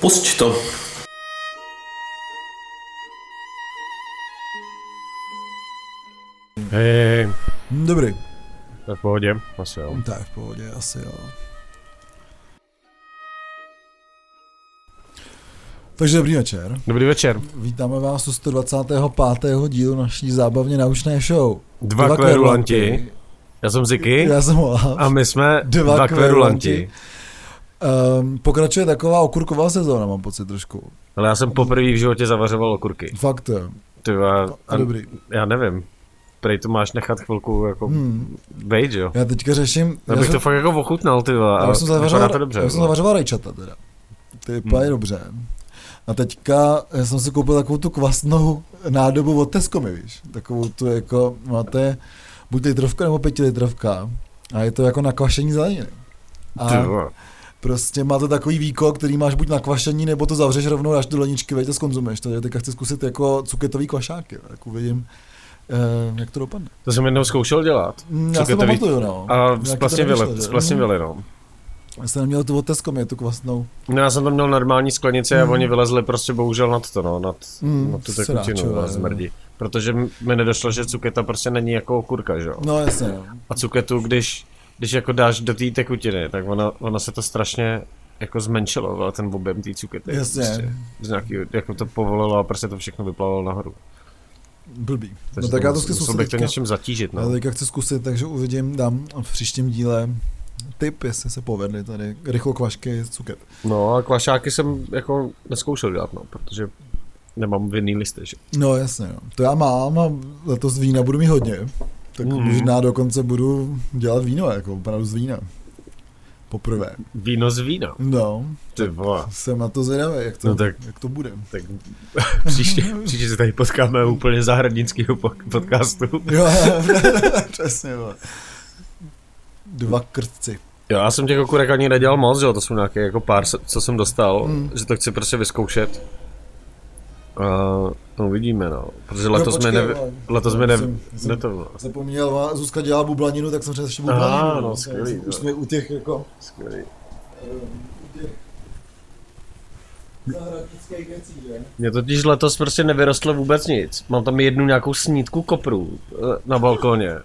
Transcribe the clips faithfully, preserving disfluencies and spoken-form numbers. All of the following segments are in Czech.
Pusť to. Hej, Dobrý. to je v pohodě, asi jo. To je v pohodě, asi jo. Takže dobrý večer. Dobrý večer. Vítáme vás u sto dvacátého pátého dílu naší zábavně naučné show. Dva, Dva kverulanti. Já jsem Ziky. Já jsem Olaf. A my jsme Dva, dva kverulanti. Um, pokračuje taková okurková sezóna, mám pocit trošku. Ale já jsem poprvé v životě zavařoval okurky. Fakt jo. Tyva, A dobrý. Já nevím. Prej to máš nechat chvilku jako hmm. bejt, jo? Já teďka řeším... Já bych já to fakt jako ochutnal, tyva. Já jsem zavařoval, to dobře. já jsem zavařoval rajčata teda. To je úplně hmm. dobře. A teďka já jsem si koupil takovou tu kvasnou nádobu od Tesco, mi víš. Takovou tu jako, máte buď litrovka nebo pětilitrovka. A je to jako na kvašení zeleniny. A tyva. Prostě má to takový výkok, který máš buď na kvašení, nebo to zavřeš rovnou, dáš do ledničky, veď to zkonzumuješ. Takže teďka chci zkusit jako cuketový kvašáky, tak uvidím, eh, jak to dopadne. To jsem jednou zkoušel dělat. Mm, já si to pamatuju, no. A s vlastní vilinou. Já jsem neměl tu od Tesco, mě tu kvasnou. No já jsem tam měl normální sklenici mm. a oni vylezli prostě bohužel nad to, no, nad, mm, nad tu tekutinu, na zmrdí. Protože mi nedošlo, že cuketa prostě není jako okurka, že jo? No jasně, no. A cuketu, když, když jako dáš do té tekutiny, tak ona, ona se to strašně jako zmenšilo, ten objem té cukety. Jasně. Prostě, z nějaký, jako to povolilo a prostě to všechno vyplavilo nahoru. Blbý. Takže no tak já to zkusit. Musel bych to něčím zatížit, no. Já teďka chci zkusit, takže uvidím, dám v příštím díle tip, jestli se povedli tady rychlo kvašky z cuket. No a kvašáky jsem jako neskoušel dělat, no, protože nemám vinný listy, že? No jasně, no. To já mám a letos vína budu mít hodně. Tak mm. možná dokonce budu dělat víno, jako opravdu z vína. Poprvé. Víno z vína? No. Ty vole. Jsem na to zvědavý, jak to, no tak, jak to bude. Tak příště, příště se tady potkáme úplně zahradnického podcastu. Jo, přesně, vole. Dva krtci. Jo, já jsem těch okurek ani nedělal moc, jo, to jsou nějaké jako pár, co jsem dostal, mm. že to chci prostě vyzkoušet. Uh, no uvidíme, no, protože letos mi nevi... letos mi nevi... Jsem to... zapomněl, Zuzka dělala bublaninu, tak jsem ještě bublaninu. Aha, no, skvělý. Už jsme u těch jako... Skvělý. U těch... zahradnických věcí, že? Mně totiž letos prostě nevyrostlo vůbec nic. Mám tam jednu nějakou snídku koprů na balkóně.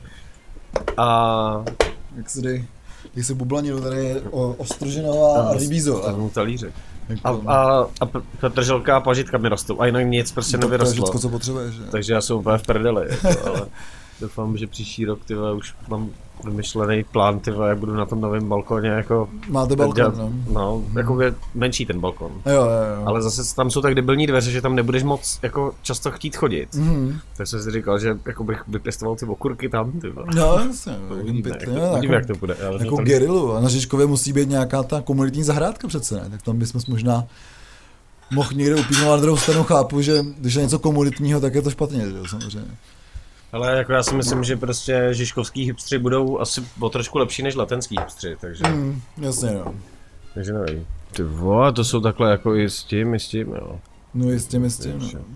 A... Jak se dej... Když se bublaninu, tady je ostruženová a rybízo. A v talíře. A, a, a petrželka a pažitka mi rostou a jinak nic prostě to nevyrostlo. To je všechno, co potřebuješ, že? Takže já jsem úplně v prdeli, jako, ale doufám, že příští rok tyhle, už mám vymyšlený plán, tyhle, jak budu na tom novém balkóně jako... Máte balkon, dělat, no. No, jako je menší ten balkon. Jo, jo, jo. Ale zase tam jsou tak debilní dveře, že tam nebudeš moc jako často chtít chodit. Mm-hmm. Tak jsem si říkal, že jako bych vypěstoval ty okurky tam, tyhle. No, jasně. Uvidíme, jak, to, uvidíme, jak to bude. Ale jako gerilu. A na Žižkově musí být nějaká ta komunitní zahrádka přece, ne? Tak tam bychom možná mohl někde upínovat. Na druhou stranu chápu, že když je něco komunitního, tak je to špatně, že jo, samozřejmě. Ale jako já si myslím, že prostě žižkovský hipstři budou asi o trošku lepší než letenský hipstři, takže... Mm, jasně, no. Takže nevím. Ty vole, to jsou takhle jako i s tím, i s tím, jo. No i s tím, i s tím, no.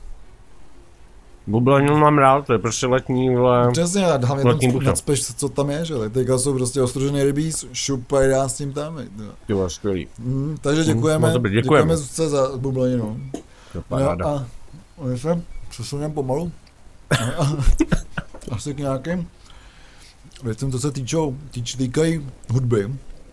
Bublaninu mám rád, to je prostě letní, vole... Přesně, a hlavně tam nacpeš, co tam je, že? Teďka jsou prostě ostružený rybíz, šupaj, dá s tím tam, jo. Jo, skvělý. Mm, takže děkujeme, mm, děkujeme, děkujeme Zuzce za bublaninu. To paráda. No a my se přesuneme pomalu. Asi k nějakým věcem, co se týčou, týč, týkají hudby.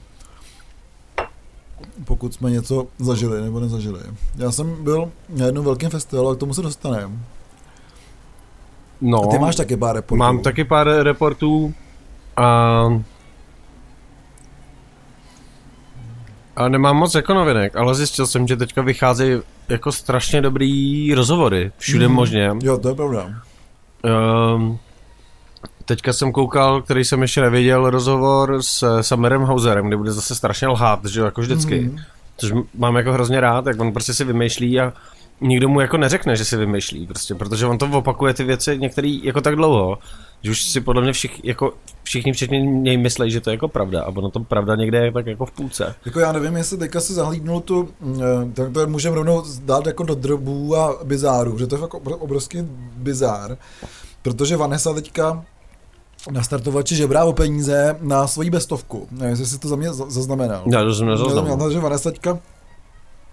Pokud jsme něco zažili nebo nezažili. Já jsem byl na jednom velkém festivalu a k tomu se dostaneme. No, a ty máš taky pár reportů. Mám taky pár reportů a... a nemám moc jako novinek, ale zjistil jsem, že teďka vycházejí jako strašně dobrý rozhovory, všude mm. možně. Jo, to je pravda. Um, teďka jsem koukal, který jsem ještě neviděl, rozhovor s Summerem Hauserem, kde bude zase strašně lhát, že jo, jako vždycky. Mm. Což mám jako hrozně rád, jak on prostě si vymýšlí a nikdo mu jako neřekne, že si vymýšlí, prostě, protože on to opakuje ty věci některý jako tak dlouho, že už si podle mě všich, jako, všichni včetně něj myslejí, že to je jako pravda a ono to pravda někde je tak jako v půlce. Jako já nevím, jestli teďka si zahlídnul tu, tak to můžeme rovnou dát jako do drobů a bizáru, že to je jako obrovský bizár, protože Vanessa teďka na startovači žebrá o peníze na svoji bestovku, nevím, jestli si to za mě zaznamenal. Já to jsem nezaznamenal. Takže Vanessa teďka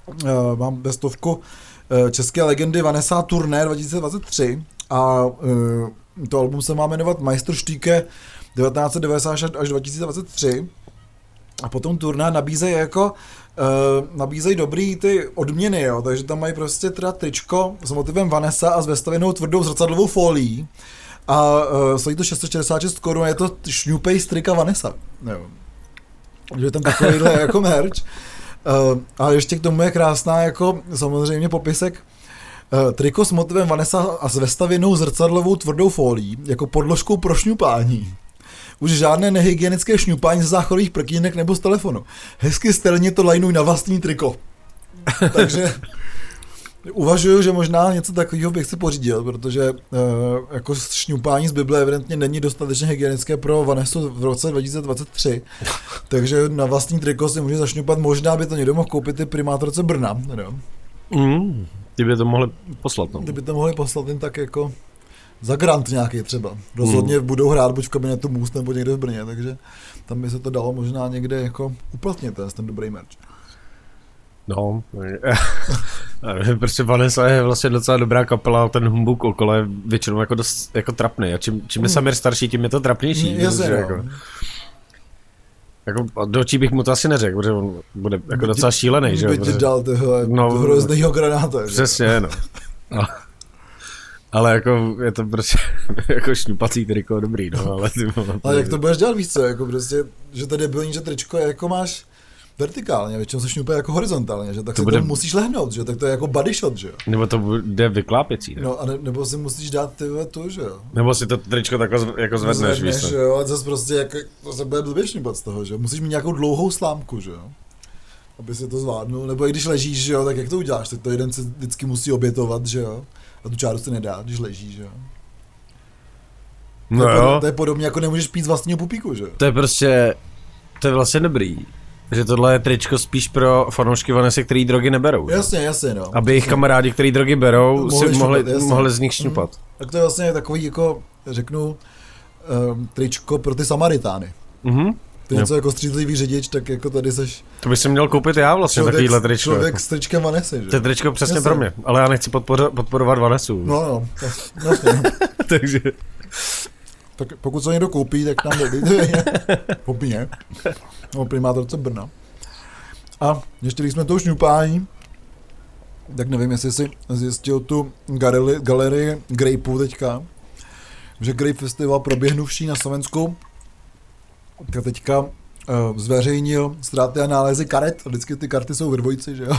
uh, mám bestovku uh, české legendy Vanessa Turné dva tisíce dvacet tři a uh, to album se má jmenovat Majstrstücke devatenáct set devadesát šest až dva tisíce dvacet tři a potom Turné nabízejí jako Uh, nabízejí dobrý ty odměny, jo, takže tam mají prostě teda tričko s motivem Vanessa a s vestavěnou tvrdou zrcadlovou folií a uh, stojí to šest set šedesát šest korun a je to šňupej strika Vanessa, jo. Takže tam takovýhle jako merch. Uh, a ještě k tomu je krásná jako samozřejmě popisek uh, triko s motivem Vanessa a s vestavěnou zrcadlovou tvrdou folií jako podložkou pro šňupání. Už žádné nehygienické šňupání ze záchodových prkínek nebo z telefonu. Hezky stylně to lajnuj na vlastní triko. Takže uvažuju, že možná něco takového bych si pořídil, protože uh, jako šňupání z Bible evidentně není dostatečně hygienické pro Vanessu v roce dva tisíce dvacet tři. Takže na vlastní triko si může zašňupat, možná by to někdo mohl koupit i primátorce Brna. Mm, ty by to mohli poslat. No. Ty by to mohli poslat jen tak jako za grant nějaký třeba. Rozhodně mm. budou hrát buď v kabinetu Můst nebo někde v Brně, takže tam by se to dalo možná někde jako uplatnit, ten, ten dobrý merch. No, prostě Vanessa je vlastně docela dobrá kapela, ten humbuk okolo je většinou jako dost jako trapný a čím, čím je mm. Samir starší, tím je to trapnější. Jasně, no. jako, jako do očí bych mu to asi neřekl, protože on bude jako docela šílený, že jo? By ti dal toho no, hroznýho granáta. Přesně, no. no. Ale jako je to prostě jako šňupací triko dobrý, no, ale ty vole. Ale jak to budeš dělat, víš co, jako prostě, že to debilní, že tričko je jako máš vertikálně, většinou se šňupuje jako horizontálně, že tak to si bude... to musíš lehnout, že tak to je jako body shot, že jo. Nebo to bude vyklápěcí, ne? No a ne, nebo si musíš dát ty tu, že jo. Nebo si to tričko takhle zv, jako zvedneš, zvedneš, víš jo, a zase prostě jako, to se bude blbě šňupat z toho, že jo. Musíš mít nějakou dlouhou slámku, že jo. Aby si to zvládnul, nebo i když ležíš, že jo, tak jak to uděláš, tak to jeden se vždycky musí obětovat, že jo. A tu čáru se nedá, když ležíš, že jo. No to, je jo. Pod, to je podobně, jako nemůžeš pít z vlastního pupíku, že jo. To je prostě, to je vlastně dobrý. Že tohle je tričko spíš pro fanoušky Vanessy, který drogy neberou. Jasně, jasně, no. Aby jejich kamarádi, který drogy berou, mohli si mohli, šupat, mohli z nich šňupat. Mm. Tak to je vlastně takový, jako řeknu, um, tričko pro ty Samaritány. Mhm. Ty něco jako střízlivý řidič, tak jako tady seš... To bych si měl koupit já vlastně, člověk, takovýhle tričko. Člověk s tričkem Vanessy, že? To je tričko přesně jasně pro mě, ale já nechci podpor- podporovat Vanessu. No, no, jasně. Takže... Tak pokud se někdo koupí, tak nám dejte popíně. No, primátorce Brna. A ještě když jsme to šňupání, tak nevím, jestli jsi zjistil tu galerii, galerii Grapeů teďka, že Grape Festival proběhnuvší na Slovensku, tak teďka uh, zveřejnil ztráty a nálezy karet, vždycky ty karty jsou ve dvojici, že jo.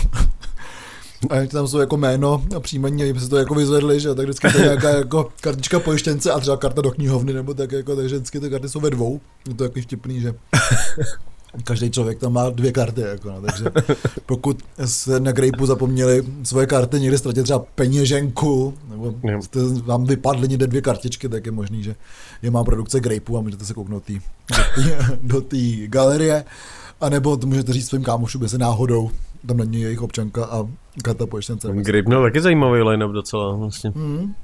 A tam jsou jako jméno a příjmení, aby se to jako vyzvedli, že tak vždycky to je nějaká jako kartička pojištěnce a třeba karta do knihovny, nebo tak jako, takže vždycky ty karty jsou ve dvou. Je to taky vtipný, že každý člověk tam má dvě karty, jako no, takže pokud se na Grapeu zapomněli svoje karty někde ztratit třeba peněženku, nebo jste, vám vypadly někde dvě kartičky, tak je možný, že je má produkce Grapeu a můžete se kouknout tý, do té galerie, anebo to můžete říct svým kámošům, že se náhodou tam není jejich občanka a karta pojištěnce. Grape měl taky zajímavý line-up docela vlastně. Mm.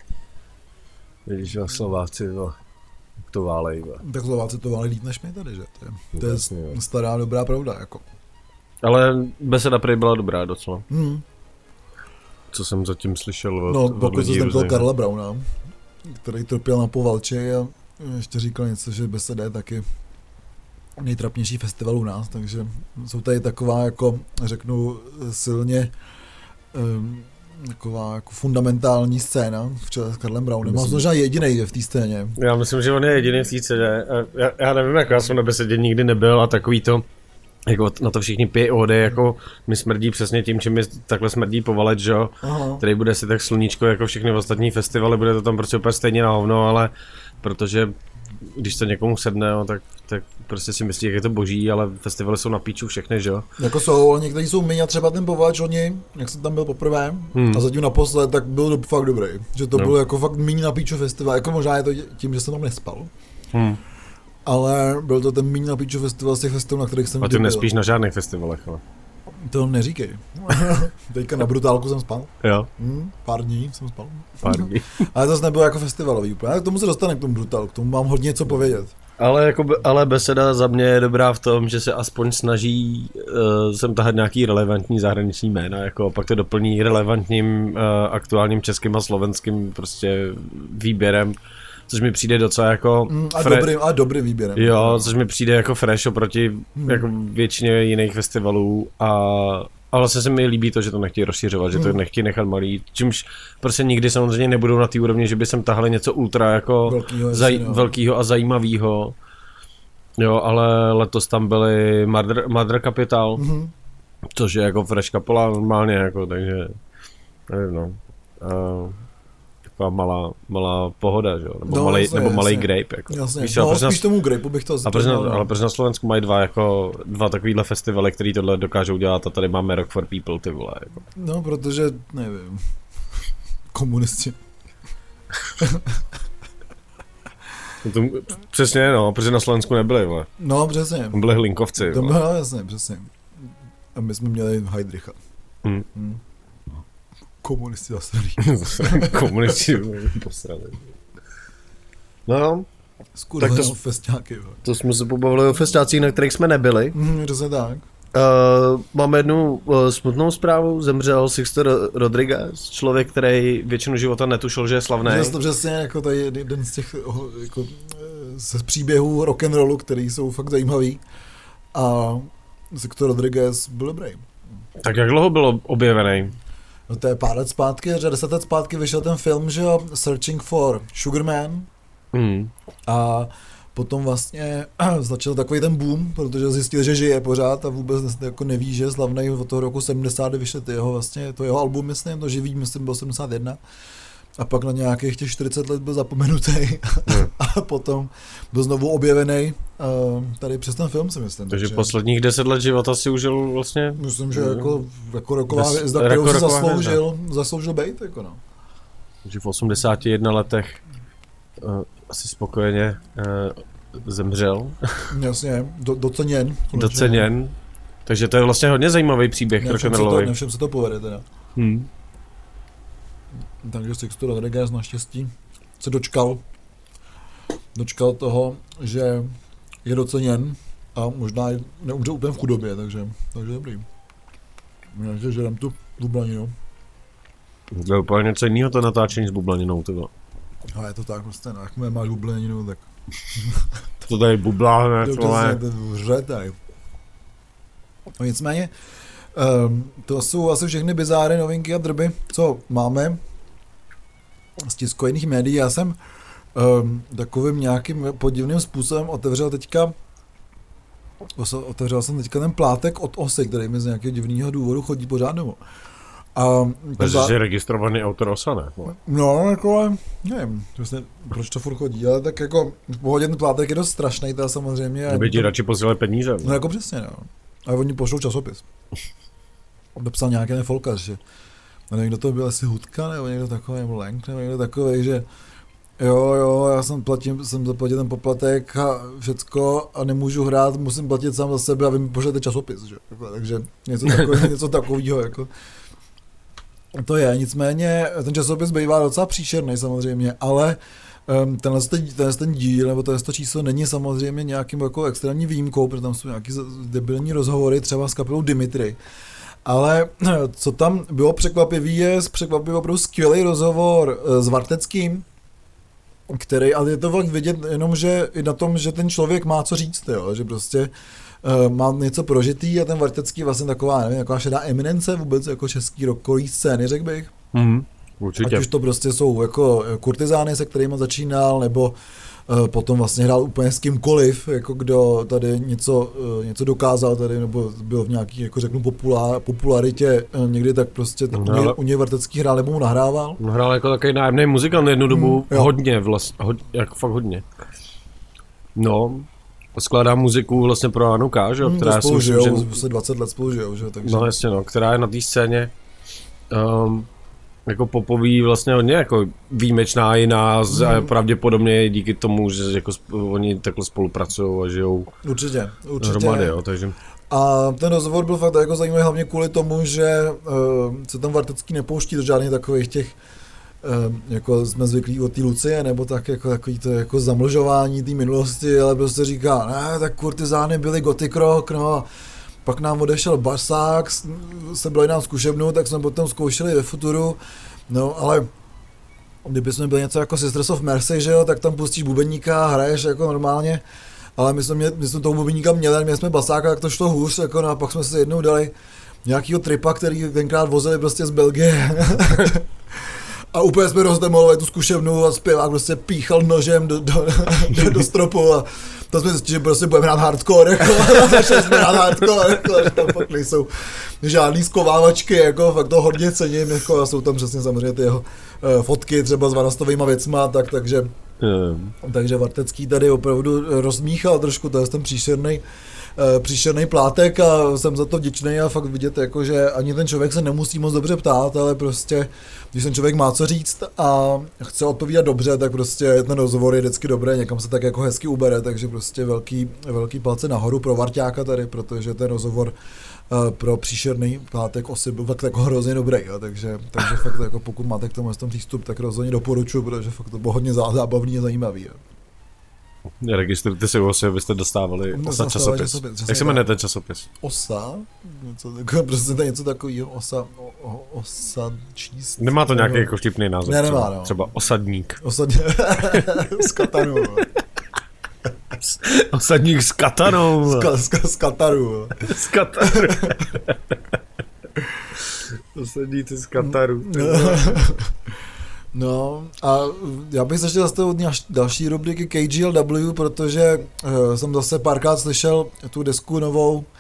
Vidíš, a Slováci, jak to válej. Tak Slováci to válej líp než my tady, že? To je, to je jasně, stará dobrá pravda, jako. Ale beseda prej byla dobrá docela. Mm. Co jsem zatím slyšel od, no, od pokud jsem tam Karla Brauna, který trpěl na Povalči a ještě říkal něco, že beseda je taky nejtrapnější festival u nás, takže jsou tady taková, jako řeknu, silně um, taková jako fundamentální scéna v čele s Karlem Braunem. Mám možná jedinej v té scéně. Já myslím, že on je jediný v té scéně. Já, já nevím, jak já jsem na besedě nikdy nebyl a takový to, jako na to všichni pijí ódy, jako mi smrdí přesně tím, čím mi takhle smrdí Povalec, že jo, který bude si tak sluníčko jako všechny ostatní festivaly, bude to tam prostě úplně stejně na hovno, ale protože když to někomu sedne, no, tak, tak prostě si myslí, jak je to boží, ale festivaly jsou na píču všechny, že jo? Jako jsou, ale někteří jsou méně, třeba ten Povalač oni, jak jsem tam byl poprvé hmm. a zatím naposled, tak byl do, fakt dobrý. Že to no. bylo jako fakt méně na píču festival, jako možná je to tím, že jsem tam nespal. Hmm. Ale byl to ten méně na píču festival z těch festivalů, na kterých jsem a ty nespíš na žádných festivalech, ale. To neříkej. Teďka na Brutálku jsem spal. Jo. Hmm, pár dní jsem spal. Pár dní. Ale to nebylo jako festivalový úplně. K tomu se dostaneme, k tomu Brutálku, k tomu mám hodně co povědět. Ale, jako, ale beseda za mě je dobrá v tom, že se aspoň snaží uh, sem tahat nějaký relevantní zahraniční jména, jako pak to doplní relevantním uh, aktuálním českým a slovenským prostě výběrem, což mi přijde docela jako... Mm, a, fre- dobrým, a dobrým výběrem. Jo, což mi přijde jako fresh oproti hmm. jako většině jiných festivalů a... A vlastně se mi líbí to, že to nechtějí rozšiřovat, že to nechtějí nechat malý, čímž prostě nikdy samozřejmě nebudou na té úrovni, že by sem tahali něco ultra jako velkýho, zaj, velkýho a zajímavýho. Jo, ale letos tam byli Mother, Mother Capital, mm-hmm. což je jako fresh kapela normálně, jako, takže nevím, no. Uh, taková malá, malá pohoda, že jo, nebo no, malej, jasně, nebo malej jasně. grape, jako. Jasně, Víš, no, spíš na, tomu grapeu bych to... A proč na, ale proč na Slovensku mají dva, jako, dva takovýhle festivaly, který tohle dokážou dělat a tady máme Rock for People, ty vole, jako. No, protože, nevím, komunisti. To, přesně, no, protože na Slovensku nebyli, vole. No, přesně. Tam byli Hlinkovci, to bylo, jasně, přesně. A my jsme měli Heidricha. Hmm. Hmm. Komunisti zasrali. Komunisti posrali. No, tak to, festiáky, to jsme se pobavili o festiácích, na kterých jsme nebyli. Mm, to se tak. Uh, máme jednu uh, smutnou zprávu, zemřel Sixto Rodriguez, člověk, který většinu života netušil, že je slavný. To přesně jako to je jeden z těch jako, z příběhů rock'n'rollu, který jsou fakt zajímavý. A Sixto Rodriguez byl dobrý. Tak jak dlouho byl objevený? No to je pár let zpátky, že deset let zpátky vyšel ten film, že jo, Searching for Sugar Man. Mm. A potom vlastně začal takový ten boom, protože zjistil, že žije pořád a vůbec jako neví, že je slavný. Od toho roku sedmdesát vyšel ty jeho vlastně, to jeho album, myslím, to živý, myslím, byl sedmdesát jedna. A pak na nějakých těch čtyřicet let byl zapomenutý mm. a potom byl znovu objevený uh, tady přes ten film, si myslím. Takže, takže posledních deset let života si užil vlastně... Myslím, že jako, jako roková hvězda, kterou si zasloužil, zasloužil bejt, jako no. Takže v osmdesáti jedna letech uh, asi spokojeně uh, zemřel. Jasně, do, doceněn. Doceněn. Takže to je vlastně hodně zajímavý příběh. Nevšem se, se to povede teda. Hmm. Takže Sixto Rodriguez naštěstí se dočkal, dočkal toho, že je doceněn a možná neumře úplně v chudobě, takže, takže dobrý. Takže žerem tu bublaninu. To je úplně něco jiného to natáčení s bublaninou, tyvo. A je to tak prostě, no, jakmile máš bublaninu, tak... to tady bublá, ne? To přesně, to vře tady. No nicméně, um, to jsou asi všechny bizáry, novinky a drby, co máme z tiskojených médií. Já jsem um, takovým nějakým podivným způsobem otevřel teďka otevřel jsem teďka ten plátek od Osy, který mi z nějakého divného důvodu chodí pořád domů. Takže jsi registrovaný autor Osa, ne? No, jako, nevím, vlastně, proč to furt chodí, ale tak jako v pohodě ten plátek je dost strašný, to samozřejmě. Kdyby ti radši posílali peníze. No jako přesně, no. A oni pošlou časopis. Dopsal nějaký nefolkař, že nevím, kdo to byl, asi Hudka, nebo někdo takový, nebo Lenk, nebo někdo takový, že jo, jo, já jsem platím, jsem zaplatil ten poplatek a všecko a nemůžu hrát, musím platit sám za sebe a vy mi pošlete časopis, že? Takže něco takového, něco takového, jako. To je, nicméně ten časopis bývá docela příšerný samozřejmě, ale um, tenhle, tenhle ten díl nebo tenhle to číslo není samozřejmě nějakým jako extrémní výjimkou, protože tam jsou nějaký debilní rozhovory třeba s kapelou Dimitri. Ale co tam bylo překvapivý, je překvapivý opravdu skvělý rozhovor s Varteckým, který, ale je to fakt vidět jenom, že i na tom, že ten člověk má co říct, jo, že prostě uh, má něco prožitý a ten Vartecký vlastně taková, nevím, taková šedá eminence vůbec jako český rockový scény, řekl bych. Mm, určitě. Ať už to prostě jsou jako kurtizány, se kterými začínal, nebo uh, potom vlastně hrál úplně s kýmkoliv, jako kdo tady něco, uh, něco dokázal tady, nebo byl v nějaký, jako řeknu, populár, popularitě uh, někdy, tak prostě tak no, u, něj, u něj Vartecký hrál, nebo mu nahrával. No, hrál jako takový nájemný muzikant jednu dobu, mm, hodně vlastně, hod, jako fakt hodně. No, skládá muziku vlastně pro Anu K, že? Hmm, která spolu žijou, že... vlastně dvacet let spolu žijou, že? Takže... No jasně, no, která je na té scéně um, jako popový vlastně hodně jako výjimečná jiná hmm. a pravděpodobně díky tomu, že jako oni takhle spolupracují a žijou určitě, určitě. hromady, jo, takže... A ten rozhovor byl fakt jako zajímavý hlavně kvůli tomu, že uh, se tam Vartecký nepouští do žádných takových těch jako jsme zvyklí od té Lucie, nebo tak jako takový to jako zamlžování té minulosti, ale prostě říká, ne, tak kurtizány byly gothic rock, no, pak nám odešel basák, sebrali nám zkušebnu, tak jsme potom zkoušeli ve Futuru, no, ale kdyby jsme byli něco jako Sisters of Mercy, že jo, tak tam pustíš bubeníka, hraješ jako normálně, ale my jsme, mě, my jsme toho bubeníka měli, měli jsme basáka, tak to šlo hůř, jako, no, a pak jsme si jednou dali nějakýho tripa, který tenkrát vozili prostě z Belgie. A úplně jsme rozdemolovali tu zkušebnu a zpěvák prostě píchal nožem do, do, do, do stropu a to jsme zjistili, že prostě budeme hrát hardcore, jako, začali jsme hrát hardcore, jako, že tam fakt nejsou žádný skovávačky, jako, fakt to hodně cením, jako, a jsou tam přesně samozřejmě ty jeho uh, fotky třeba s vanastovýma věcma, tak, takže, mm. takže Vartecký tady opravdu rozmíchal trošku, to je ten příšerný příšerný plátek a jsem za to vděčný a fakt vidět, jako, že ani ten člověk se nemusí moc dobře ptát, ale prostě, když ten člověk má co říct a chce odpovídat dobře, tak prostě ten rozhovor je vždycky dobrý, někam se tak jako hezky ubere, takže prostě velký, velký palce nahoru pro Varťáka tady, protože ten rozhovor uh, pro příšerný plátek osy byl fakt jako hrozně dobrý, jo, takže, takže fakt jako pokud máte k tomu přístup, tak rozhodně doporučuji, protože fakt to bylo hodně zábavný a zajímavý. Jo. Registrujte si Osy, abyste dostávali Osa časopis. časopis. Jak se jmenuje ten časopis? Osa? Něco takového, prostě to je něco takového, Osa, o, o, Osa číst. Nemá to nějaký jako vtipný název? Ne, třeba, nemá, no. Třeba Osadník. Osadník. S katanou. Osadník s katanou. S kataru. S kataru. Osadník s kataru. No a já bych se chtěl zastavit od další rubriky K G L W, protože uh, jsem zase párkrát slyšel tu desku novou uh,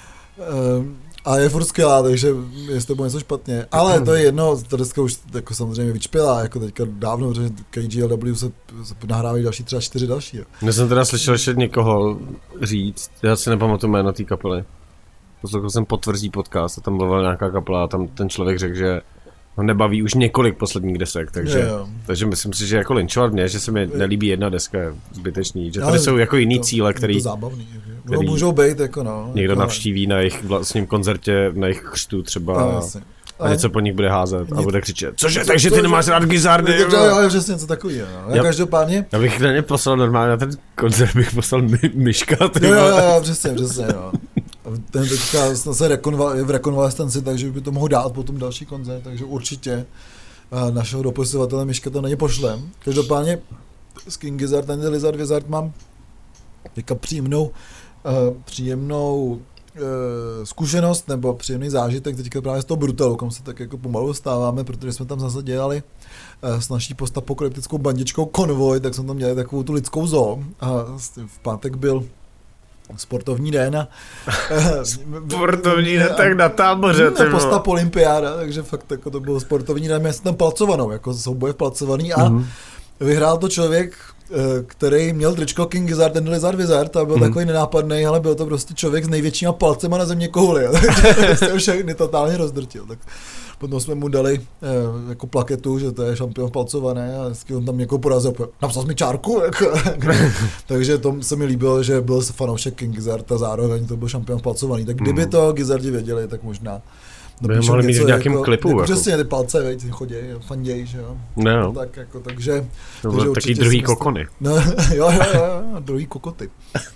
a je furt skvělá, takže jestli to bylo něco špatně. Ale to je jedno, ta deska už jako samozřejmě vyčpělá, jako teďka dávno, protože K G L W se, se nahrávají další třeba čtyři další. Jo. Já jsem teda slyšel ještě někoho říct, já si nepamatuju jméno té kapely. Poslouchal jsem Potvrzí podcast a tam byla nějaká kapela a tam ten člověk řekl, že ho nebaví už několik posledních desek, takže, je, takže myslím si, že jako linčovat mě, že se mi nelíbí jedna deska je zbytečný, že tady jsou jako jiný to, cíle, který, to zábavný, který můžou být, jako no. Někdo jako navštíví na jejich vlastním koncertě, na jejich křtu třeba no, a něco po nich bude házet a bude křičet, cože, co, takže ty nemáš rád Gizardy? Jo, jo, přesně něco takového, no. Každopádně. Já bych na ně poslal normálně, na ten koncert bych poslal my, Myška. Jo, jo, jo, přesně, přesně, no. Ten teďka se rekonval, je v rekonvalescenci, takže by to mohl dát potom další koncert, takže určitě našeho dopisovatele Myška to na ně pošlem. Každopádně s King Gizzard and the Lizard Wizard mám teďka příjemnou, uh, příjemnou uh, zkušenost nebo příjemný zážitek teďka právě z toho Brutalu, kam se tak jako pomalu dostáváme, protože jsme tam zase dělali uh, s naší postapokalyptickou bandičkou Konvoj, tak jsme tam měli takovou tu lidskou zoo a v pátek byl sportovní den a sportovní den, tak na táboře. A postap olympiáda, takže fakt jako to bylo sportovní den, měl jsem tam placovanou, jako souboje placovaný a mm-hmm. vyhrál to člověk, který měl tričko King Gizzard and Lizard Wizard a byl mm-hmm. takový nenápadný, ale byl to prostě člověk s největšíma palcema na země kouli, takže se všechny totálně rozdrtil. Tak potom jsme mu dali eh, jako plaketu, že to je šampion palcované a vždycky on tam někoho porazil, napsal jsi mi čárku, jako, takže to se mi líbilo, že byl fanoušek King Gizzard a zároveň to byl šampion palcovaný, tak kdyby mm. to Gizzardi věděli, tak možná by mohli mít v nějakém jako, klipu. Jako, jako. Přesně, ty palce, veď, choděj, fanděj, že jo. No. Tak jako, takže... To byly taky druhý kokony. No, jo, jo, jo, druhý kokoty.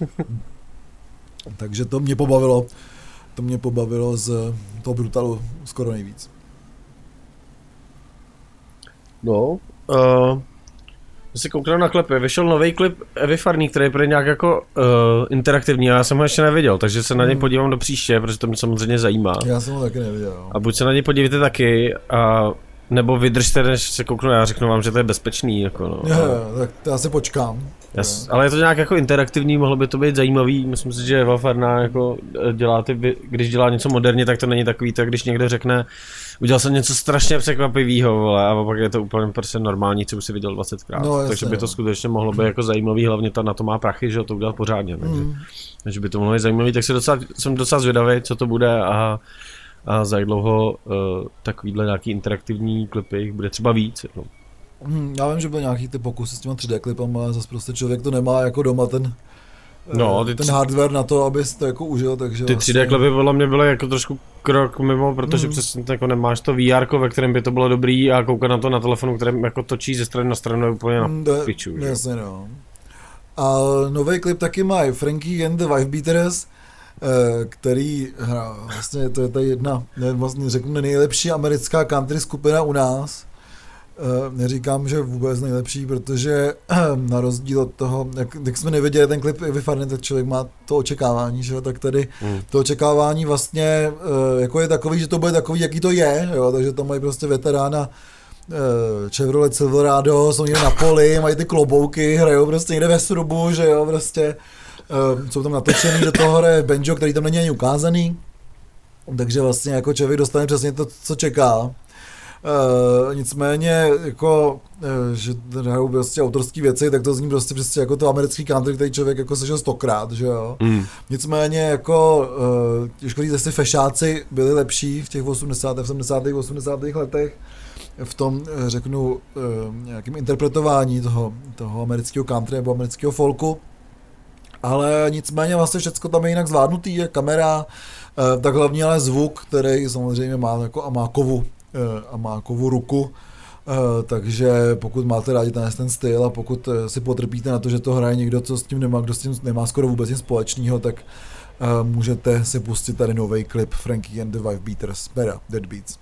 Takže to mě pobavilo, to mě pobavilo z toho Brutalu skoro nejvíc. No, uh, si kouknu na klipy, vyšel nový klip Evy Farný, který je pro nějak jako uh, interaktivní a já jsem ho ještě neviděl, takže se na něj podívám do příště, protože to mě samozřejmě zajímá. Já jsem ho taky neviděl. A buď se na něj podívejte taky, a nebo vydržte, než se kouknu, já řeknu vám, že to je bezpečný. Jako no. Jo, tak to já se počkám. Jas, ale je to nějak jako interaktivní, mohlo by to být zajímavý, myslím si, že Eva Farná jako dělá ty, když dělá něco moderně, tak to není takový, tak když někdo řekne, udělal jsem něco strašně překvapivýho, vole, a pak je to úplně prostě normální, co už si viděl dvacetkrát, no, takže by to skutečně mohlo být jako zajímavý, hlavně ta na to má prachy, že to udělat pořádně, takže, mm. takže by to mohlo být zajímavý, tak si docela, jsem docela zvědavý, co to bude a, a za jak dlouho uh, takovýhle nějaký interaktivní klipy bude třeba víc. No. Hmm, já vím, že byl nějaký ty pokusy s těma tři dé klipama, ale zase prostě člověk to nemá jako doma ten no, ty ten tři... hardware na to, abys to jako užil, takže Ty tři dé vlastně... klipy podle mě byly jako trošku krok mimo, protože mm. přesně jako nemáš to vé er, ve kterém by to bylo dobrý a koukat na to na telefonu, kterým jako točí ze strany na stranu je úplně na mm, piču. Jasně no. A nový klip taky mají Frankie and the Wife-Beaters, který vlastně to je ta jedna, vlastně řeknu nejlepší americká country skupina u nás. Neříkám, že vůbec nejlepší, protože na rozdíl od toho, jak, jak jsme neviděli ten klip Ivy Farny, tak člověk má to očekávání, že jo, tak tady hmm. to očekávání vlastně jako je takový, že to bude takový, jaký to je, jo, takže tam mají prostě veterána Chevrolet Silverado, jsou někde na poli, mají ty klobouky, hrajou prostě někde ve srubu, že jo, prostě jsou tam natočený, do toho hraje banjo, který tam není ani ukázaný, takže vlastně jako člověk dostane přesně to, co čeká. Uh, nicméně, jako, uh, že hrajou prostě autorský věci, tak to zní prostě přesně jako to americký country, který člověk jako slyšel stokrát, že jo. Mm. Nicméně, jako, uh, těžko říct, jestli fešáci byli lepší v těch osmdesátých, sedmdesátých, osmdesátých letech v tom, řeknu, uh, nějakým interpretování toho, toho amerického country nebo amerického folku, ale nicméně vlastně všecko tam je jinak zvládnutý, je kamera, uh, tak hlavně ale zvuk, který samozřejmě má jako Amákovu a Mákovu ruku, takže pokud máte rádi ten, ten styl a pokud si potrpíte na to, že to hraje někdo, co s tím nemá, kdo s tím nemá skoro vůbec nic společného, tak můžete si pustit tady nový klip Frankie and the Wife-Beaters, Bera, Dead Beats.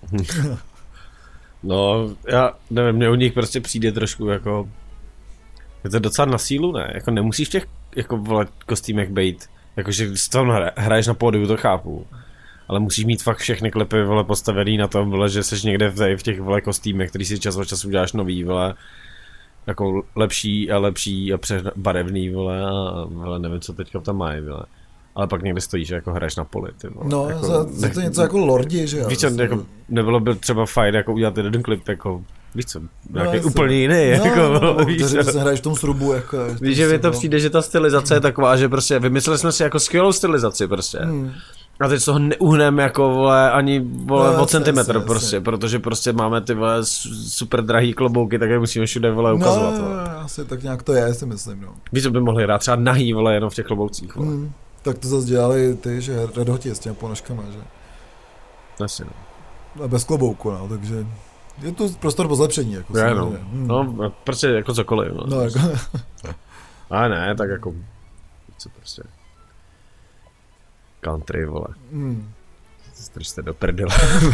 No, já nevím, mě u nich prostě přijde trošku jako, je to docela na sílu, ne? Jako nemusíš v těch jako vole kostýmech bejt, jakože s tom hraješ na pódiu, to chápu. Ale musíš mít fakt všechny klipy, vole, postavený na tom, vole, že jsi někde v, v těch, vole, kostýmech, který si čas od času uděláš nový, vole, jako lepší a lepší a barevný, vole, a vole, nevím, co teďka tam mají, vole. Ale pak někde stojíš, jako hraješ na poli, ty vole. No, jako, za, za to něco jako lordi, že jo? Víš co, jako, nebylo by třeba fajn, jako udělat jeden klip, jako, víš co, nějaký no, úplně jiný, no, jako, no, no, víš co. Se hraješ v tom srubu, jako. Víš, že mi to přijde, že ta stylizace je taková, že prostě vymysleli jsme si jako skvělou stylizaci, prostě. Hmm. A teď z toho neuhneme jako, vole, ani, vole, no, o centimetr jasně, prostě, jasně. Protože prostě máme ty, vole, super drahý klobouky, tak je musíme všude, vole, ukazovat, no, vole. asi tak nějak to je, si myslím, no. Víš, co by mohli hrát třeba nahý, vole, jenom v těch kloboucích, vole. Hmm, tak to zase dělali ty, že Red Hoti s těmi ponožkama, že? Asi, no. A bez klobouku, no, takže je to prostor po zlepšení, jako. Já, no. Hmm. No, prostě jako cokoliv, no. No, jako. Ale ne, tak jako, co prostě. Country, vole. Mm. Strčte do prdele.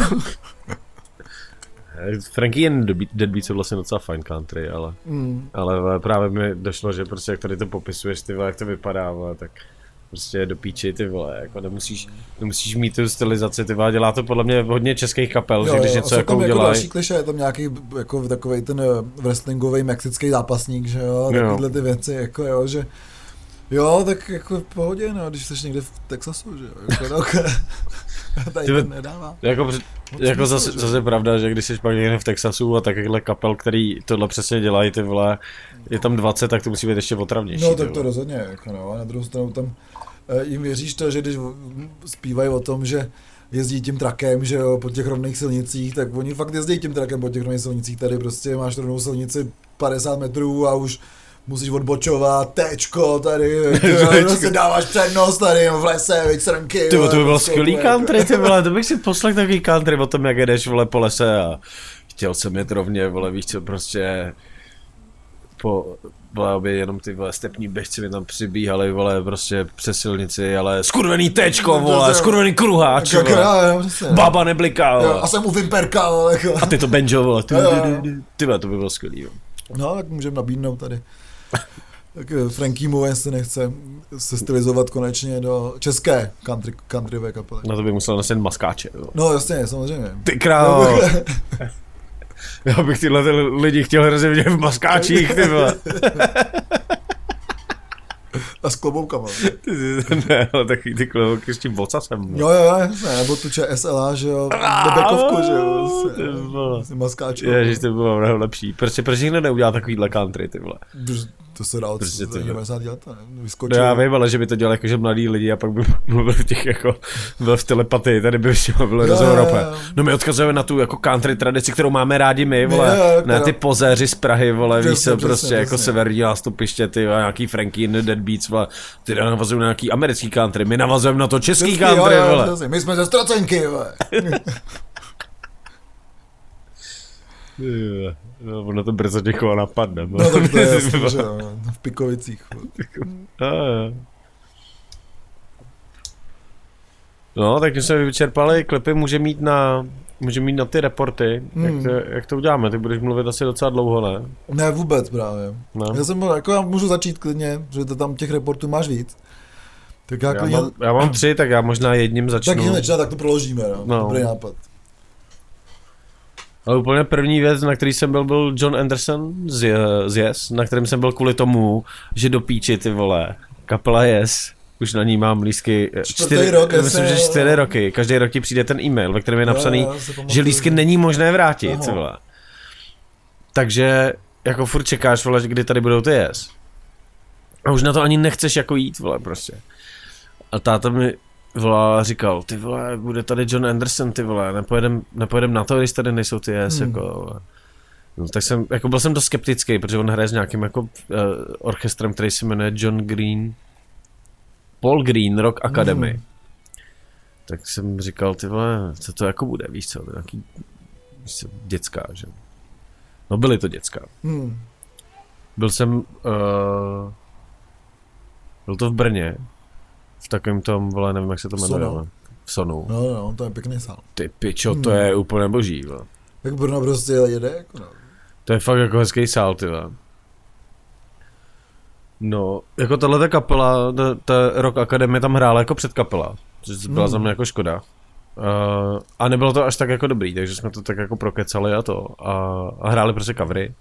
Frankie and Dead Beats jsou vlastně docela fajn country, ale, mm. ale právě mi došlo, že prostě jak tady to popisuješ, ty vole, jak to vypadá, vole, tak prostě do píči, ty vole, jako nemusíš, nemusíš mít tu stylizaci, ty vole, dělá to podle mě hodně českých kapel, jo, že když jo, něco jako udělají. Další kliše, je tam nějaký jako takovej ten wrestlingový mexický zápasník, že jo, takovýhle ty věci, jako jo, že jo, tak jako v pohodě, no, když jsi někde v Texasu, že jo, jako, no, tady to nedává. Jako, jako zase, zase pravda, že když jsi pak někde v Texasu a takovýhle kapel, který tohle přesně dělají, ty vole, je tam dvacet, tak to musí být ještě otravnější. No tak to rozhodně, jako no, a na druhou stranu tam e, jim věříš to, že když zpívají o tom, že jezdí tím trakem, že jo, po těch rovných silnicích, tak oni fakt jezdí tím trakem po těch rovných silnicích, tady prostě máš rovnou silnici padesát metrů a už musíš odbočovat, téčko tady, prostě dáváš přednost tady v lese, víc srnky. Ty, to by bylo skvělý country, ty vole, to bych si poslal takový country o tom, jak jedeš, vole, po lese a chtěl jsem jet rovně, vole, víš co, prostě po, vole, aby jenom ty, vole, stepní běžci mi tam přibíhali, vole, prostě přes silnici, ale skurvený téčko, vole, skurvený kruháč, vole, baba nebliká, vole. A jsem mu vimperka, vole. A ty to banjo, vole, ty, ty, vole, to by bylo skvělý, vole. No, tak můžeme nabídnout tady. Tak Frankie Mu, jestli nechce se stylizovat konečně do české country, countryové kapely. Na to by musel nosit maskáče, jo. No jasně, samozřejmě. Ty krávo. Já bych tyhle lidi chtěl hrozně vidět v maskáčích, ty vole. A s kloboukama. Ne, ale takový ty klobouky s tím vocasem. Jo, jo, jasně, nebo tu S L A, že jo, bebekovku, že jo, s maskáčem. Ježiš, to bylo mnoho lepší. Proč, proč někdo neudělá takovýhle country, ty vole? To se dá od prostě devadesátých let, vyskočil. No já vím, ale že by to dělal jakože mladí lidi a pak by mluvil v těch jako, byl v telepatii, tady by s těma byl rozhovor. No my odkazujeme na tu jako country tradici, kterou máme rádi my, vole, je, ne ty pozéři z Prahy, vole, víš se, prostě přesně, jako severní nástupiště, ty a nějaký Frankie in the Dead Beats, vole, ty navazují na nějaký americký country, my navazujeme na to český, český country, jo, vole. Jo, my jsme ze Stracenky, vole. No, ono to brzo někoho napadne. No tak to je jasný, že v Pikovicích. No, tak když jsme vyčerpali klipy, může mít na, může mít na ty reporty. Hmm. Jak, to, jak to uděláme? Ty budeš mluvit asi docela dlouho, ne? Ne, vůbec právě. Ne? Já jsem, jako já můžu začít klidně, že to tam těch reportů máš víc. Tak já, já, klidně... mám, já mám tři, tak já možná jedním začnu. Tak jedním, tak to proložíme, no. No. Dobrý nápad. Ale úplně první věc, na který jsem byl, byl John Anderson z, z Yes, na kterém jsem byl kvůli tomu, že do píči, ty vole, kapela Yes, už na ní mám lístky čtyři, rok, myslím, že čtyři jo. roky, každý rok ti přijde ten e-mail, ve kterém je napsaný, jo, že lístky není možné vrátit, ty vole. Takže jako furt čekáš, vole, kdy tady budou ty Yes. A už na to ani nechceš jako jít, vole, prostě. A táta mi volá, říkal, ty vole, bude tady John Anderson, ty vole, nepojedem, nepojedem na to, když tady nejsou ty Yes, hmm. jako. No, tak jsem, jako byl jsem dost skeptický, protože on hraje s nějakým jako uh, orchestrem, který se jmenuje John Green, Paul Green Rock Academy. Hmm. Tak jsem říkal, ty vole, co to jako bude, víš co, nějaký, víš co, dětská, že? No byly to dětská. Hmm. Byl jsem, uh, byl to v Brně, v takovém tom, vole, nevím, jak se to jmenuje, v Sonu. No, no, to je pěkný sál. Ty pičo, to hmm. je úplně boží, vole. Tak Brno prostě jede, jako no. To je fakt jako hezký sál, ty vole. No, jako tahleta kapela, ta, ta Rock Academy tam hrála jako předkapela, což byla hmm. za mě jako škoda. Uh, a nebylo to až tak jako dobrý, takže jsme to tak jako prokecali a to. A, a hráli prostě covery.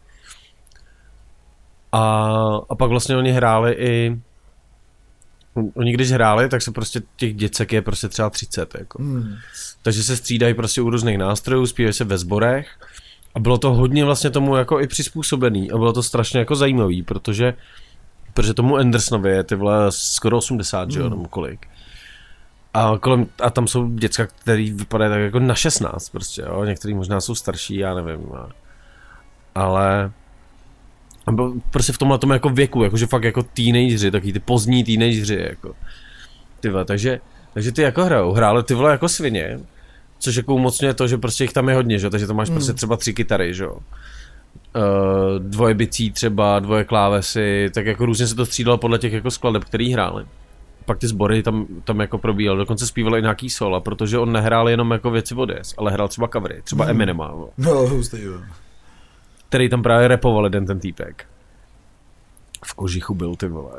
A, a pak vlastně oni hráli i Oni když hráli, tak se prostě těch děcek je prostě třeba třicet, jako. Hmm. Takže se střídají prostě u různých nástrojů, zpívají se ve sborech a bylo to hodně vlastně tomu jako i přizpůsobený a bylo to strašně jako zajímavý, protože, protože tomu Andersonovi je ty vole skoro osmdesát, že jo, nebo kolik. A, kolem, a tam jsou děcka, který vypadají tak jako na šestnáct prostě, jo, některý možná jsou starší, já nevím, ale... A byl prostě v tomhle tom jako věku, jakože fakt jako teenageři, taky ty pozdní teenageři, jako. Ty vole, takže, takže ty jako hrajou, hráli ty vole jako svině, což jako umocňuje to, že prostě jich tam je hodně, že? Takže to máš mm. prostě třeba tři kytary, že jo. Uh, dvoje bicí třeba, dvoje klávesy, tak jako různě se to střídalo podle těch jako skladeb, který hráli. Pak ty sbory tam, tam jako probíhal, dokonce zpívali i nějaký sola, protože on nehrál jenom jako věci od Yes, ale hrál třeba covery, třeba mm. Eminema. No, hustý, jo. Který tam právě rapoval jeden ten týpek. V kožichu byl, ty vole.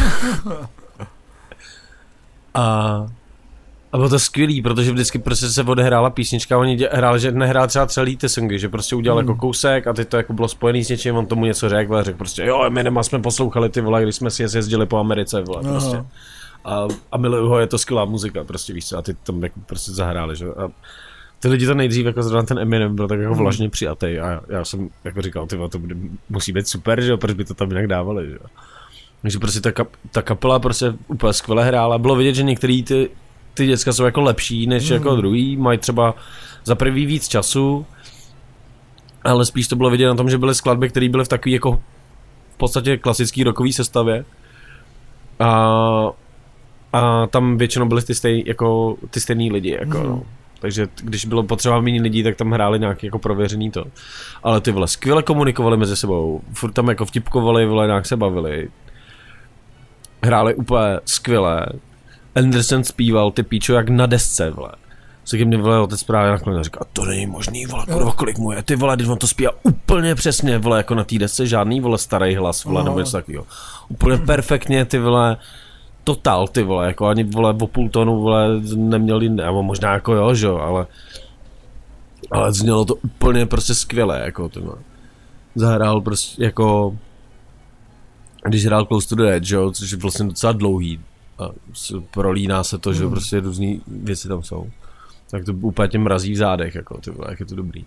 A, a bylo to skvělý, protože vždycky prostě se odehrála písnička, oni dě, hráli, že nehrál třeba celý ty songy, že prostě udělal hmm. jako kousek a teď to jako bylo spojený s něčím, on tomu něco řekl, řekl prostě jo, Eminema jsme poslouchali, ty vole, když jsme si jezdili po Americe, vole, prostě. A, a miluju ho, je to skvělá muzika, prostě víš co, a ty tam jako prostě zahráli, že a ty lidi to nejdřív, jako zrovna ten Eminem byl tak jako vlažně přijatý a já, já jsem jako říkal, tyva, to bude, musí být super, že jo, proč by to tam jinak dávali, že jo. Takže prostě ta, kap, ta kapela prostě úplně skvěle hrála, bylo vidět, že některý ty, ty děcka jsou jako lepší než mm. jako druhý, mají třeba za prvý víc času, ale spíš to bylo vidět na tom, že byly skladby, které byly v takový jako v podstatě klasický rockový sestavě a, a tam většinou byly ty, stej, jako, ty stejný lidi, jako mm. no. Takže když bylo potřeba méně lidí, tak tam hráli nějaký jako prověřený to. Ale ty vole, skvěle komunikovali mezi sebou, furt tam jako vtipkovali, vole, nějak se bavili. Hráli úplně skvěle. Anderson zpíval ty píčo jak na desce, vole. Se ke mně vole otec právě naklonil a říká, to není možný, vole, kurva, kolik mu je, ty vole, když on to zpívá úplně přesně, vole, jako na té desce, žádný, vole, starý hlas, vole, nebo něco takového. Úplně perfektně, ty vole, total, ty vole, jako ani, vole, o půl tonu, vole, neměl jiný, nebo možná jako jo, že jo, ale, ale znělo to úplně prostě skvěle, jako, ty vole. Zahrál prostě, jako, když hrál Close to the Edge, že jo, což je vlastně docela dlouhý a prolíná se to, že jo, prostě různý věci tam jsou. Tak to úplně tě mrazí v zádech, jako, ty vole, jak je to dobrý.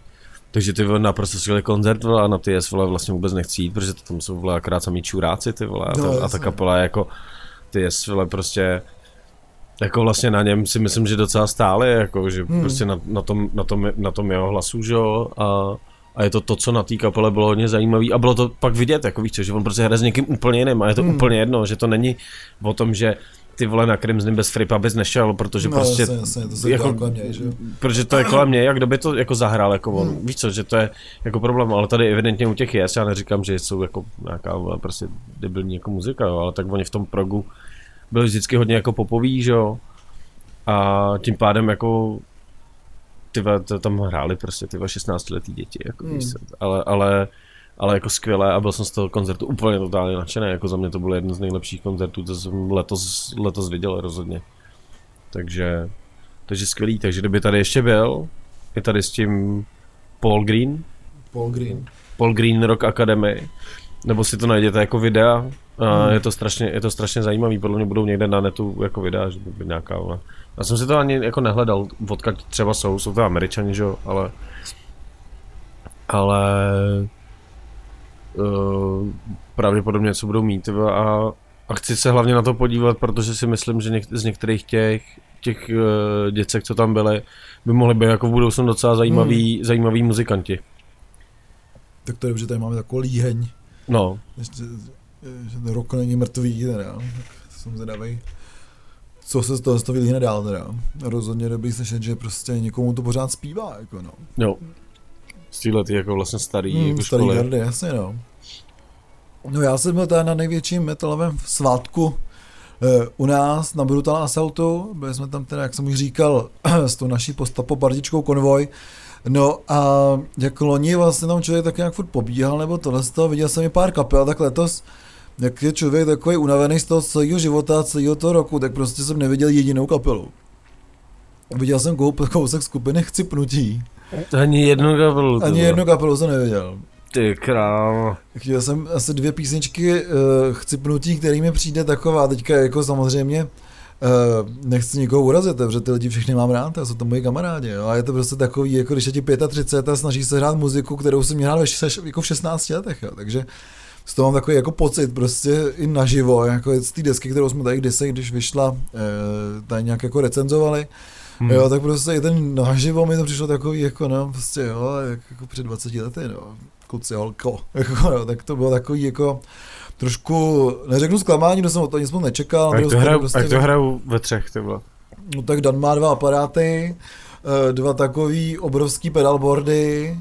Takže ty vole naprosto skvělý koncert, vole, a na ty jest, vole, vlastně vůbec nechci jít, protože to tam jsou, vole, akorát samý čuráci, ty vole, a, to, no, a ta kapela je jako, ty jest, vole, prostě, jako vlastně na něm si myslím, že docela stále, jako, že hmm. prostě na, na, tom, na, tom, na tom jeho hlasu, že jo, a, a je to to, co na té kapele bylo hodně zajímavý a bylo to pak vidět, jako víš co, že on prostě hraje s někým úplně jiným a je to hmm. úplně jedno, že to není o tom, že ty vole na Crimson bez Fripa bys nešel, protože no, prostě, jasně, jasně, to jako, kolem něj, že? protože to je kolem něj, jak kdo by to jako zahrál, jako on, hmm. víš co, že to je jako problém, ale tady evidentně u těch jest, já neříkám, že jsou jako nějaká prostě debilní jako muzika, jo, ale tak oni v tom progu byli vždycky hodně jako popoví, že jo, a tím pádem jako ty to tam hráli prostě ty šestnáctiletý děti, jako hmm. víš co, ale, ale ale jako skvělé a byl jsem z toho koncertu úplně totálně nadšený, jako za mě to byl jeden z nejlepších koncertů, to jsem letos, letos viděl rozhodně. Takže, takže skvělý, takže kdyby tady ještě byl, je tady s tím Paul Green. Paul Green. Paul Green Rock Academy, nebo si to najděte jako videa, a hmm. je to strašně, je to strašně zajímavý, podle mě budou někde na netu jako videa, že by nějaká, ale já jsem si to ani jako nehledal, odkud třeba jsou, jsou to Američani, že jo, ale ale Uh, pravděpodobně co budou mít a, a chci se hlavně na to podívat, protože si myslím, že něk- z některých těch, těch uh, děcek, co tam byly, by mohly být jako v budoucnu docela zajímavý, hmm. zajímavý muzikanti. Tak to je dobře, tady máme takovou líheň. No. Ještě, že ten rok není mrtvý, teda, tak jsem zvědavej. Co se z toho staví líhne dál, teda. Rozhodně dobrý slyšet, že prostě někomu to pořád zpívá, jako no. Jo. Z téhletý jako vlastně starý hmm, jako starý školy. gardy, jasně no. No já jsem byl tady na největším metalovém svátku e, u nás na Brutal Assaultu, byli jsme tam teda, jak jsem už říkal, s tou naší postapo partičkou Konvoj. No a jak loni vlastně tam člověk tak nějak furt pobíhal, nebo tohle z toho, viděl jsem i pár kapel, tak letos, jak je člověk takový unavený z toho celého života, celého toho roku, tak prostě jsem neviděl jedinou kapelu. Viděl jsem kousek skupiny Chcipnutí. Ani jednu kapelu. Ani jednu kapelu jsem neviděl. Ty krávo. Chtěl jsem asi dvě písničky uh, Chcipnutí, který mi přijde taková, teďka jako samozřejmě uh, nechci nikoho urazit, protože ty lidi všechny mám rád, to jsou to moji kamarádi, jo? A je to prostě takový, jako když je ti třicet pět a snaží se hrát muziku, kterou jsem měl hrát jako v šestnácti letech, jo? Takže z toho mám takový jako pocit prostě i naživo, jako z té desky, kterou jsme tady kdysi, když vyšla, uh, tady nějak jako recenzovali. Hmm. Jo, tak prostě i ten naživo mi to přišlo takový jako no, prostě jo, jak, jako před dvaceti lety, no, kluci, holko, jako no, tak to bylo takový jako trošku, neřeknu zklamání, no jsem o to nic moc nečekal. A jak to, hraju, prostě, jak to hraju ve třech, ty bylo? No tak Dan má dva aparáty, dva takový obrovský pedalboardy,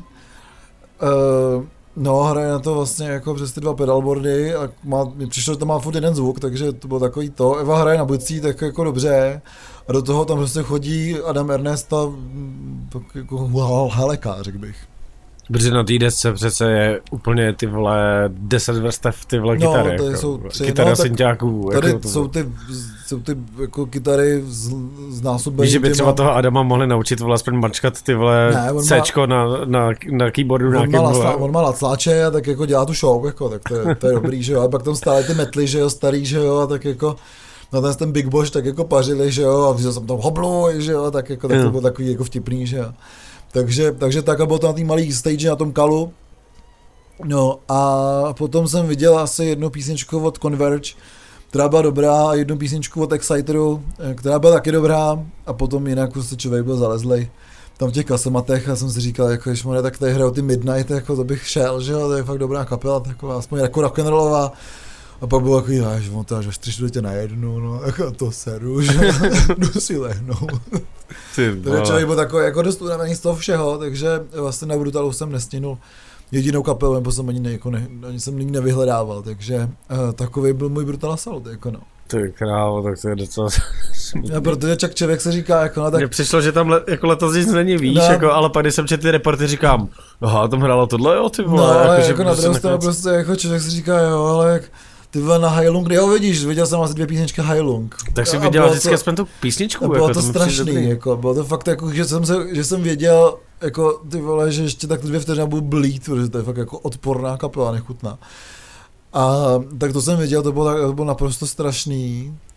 no hraje na to vlastně jako přes ty dva pedalboardy a má, mi přišlo, že to má furt jeden zvuk, takže to bylo takový to, Eva hraje na bicí, tak jako dobře. A do toho tam prostě chodí Adam Ernest a tak jako haleka, řekl bych. Protože na té desce přece je úplně ty vole deset vrstev ty vole no, kytary. Tady jako, jsou tři, kytara no, synťáků. Tady jako jsou ty, jsou ty jako kytary z, z násobení. Víš, že by třeba toho Adama mohli naučit vole aspoň mačkat ty vole ne, Cčko má, na, na, na keyboardu nějakým vole. On má lacláče a tak jako dělá tu show, jako, tak to je, to je dobrý, že jo. A pak tam stále ty metly, že jo, starý, že jo, a tak jako no ten, ten Big Boss tak jako pařili, že jo, a viděl jsem tam hobluj, že jo, tak jako tak to bylo takový jako vtipný, že jo. Takže, takže tak a bylo to na té malý stage na tom Kalu. No a potom jsem viděl asi jednu písničku od Converge, která byla dobrá, a jednu písničku od Exciteru, která byla taky dobrá, a potom jinak prostě člověk byl zalezlej tam v těch kasematech a jsem si říkal, jako když možná tak tady hrajou ty Midnight, jako to bych šel, že jo, to je fakt dobrá kapela, taková aspoň jako rock'n'rollová. A pak bylo takový, že on to až až tři čtvrtě na jednu, no, jako to seru, že jdu si lehnout. Takže člověk byl takový jako dost unavený z toho všeho, takže vlastně na Brutalu jsem nestihnul jedinou kapelu, nebo jsem ani, ne, jako ne, ani jsem nikdy nevyhledával, takže uh, takový byl můj Brutal Assault, jako no. Ty krávo, tak to je docela smutný. Ja, protože čak člověk se říká, jako no tak... Mně přišlo, že tam le, jako letos nic není, víš, no, jako, ale pak když jsem četl ty reporty, říkám, aha, tam hrálo tohle, jo, ty vole. No, ale jako, jako na druhou stranu prostě jako člověk se říká, jo, ale jak... Ty vole na Heilung, kde ho vidíš, viděl jsem asi dvě písničky Heilung. Tak si viděl vždycky aspoň tu písničku. A bylo jako, to strašný, jako, bylo to fakt jako, že jsem, se, že jsem věděl, jako ty vole, že ještě tak dvě vteřiny budu blít, protože to je fakt jako odporná kapela, nechutná. A tak to jsem věděl, to bylo, to bylo naprosto strašný.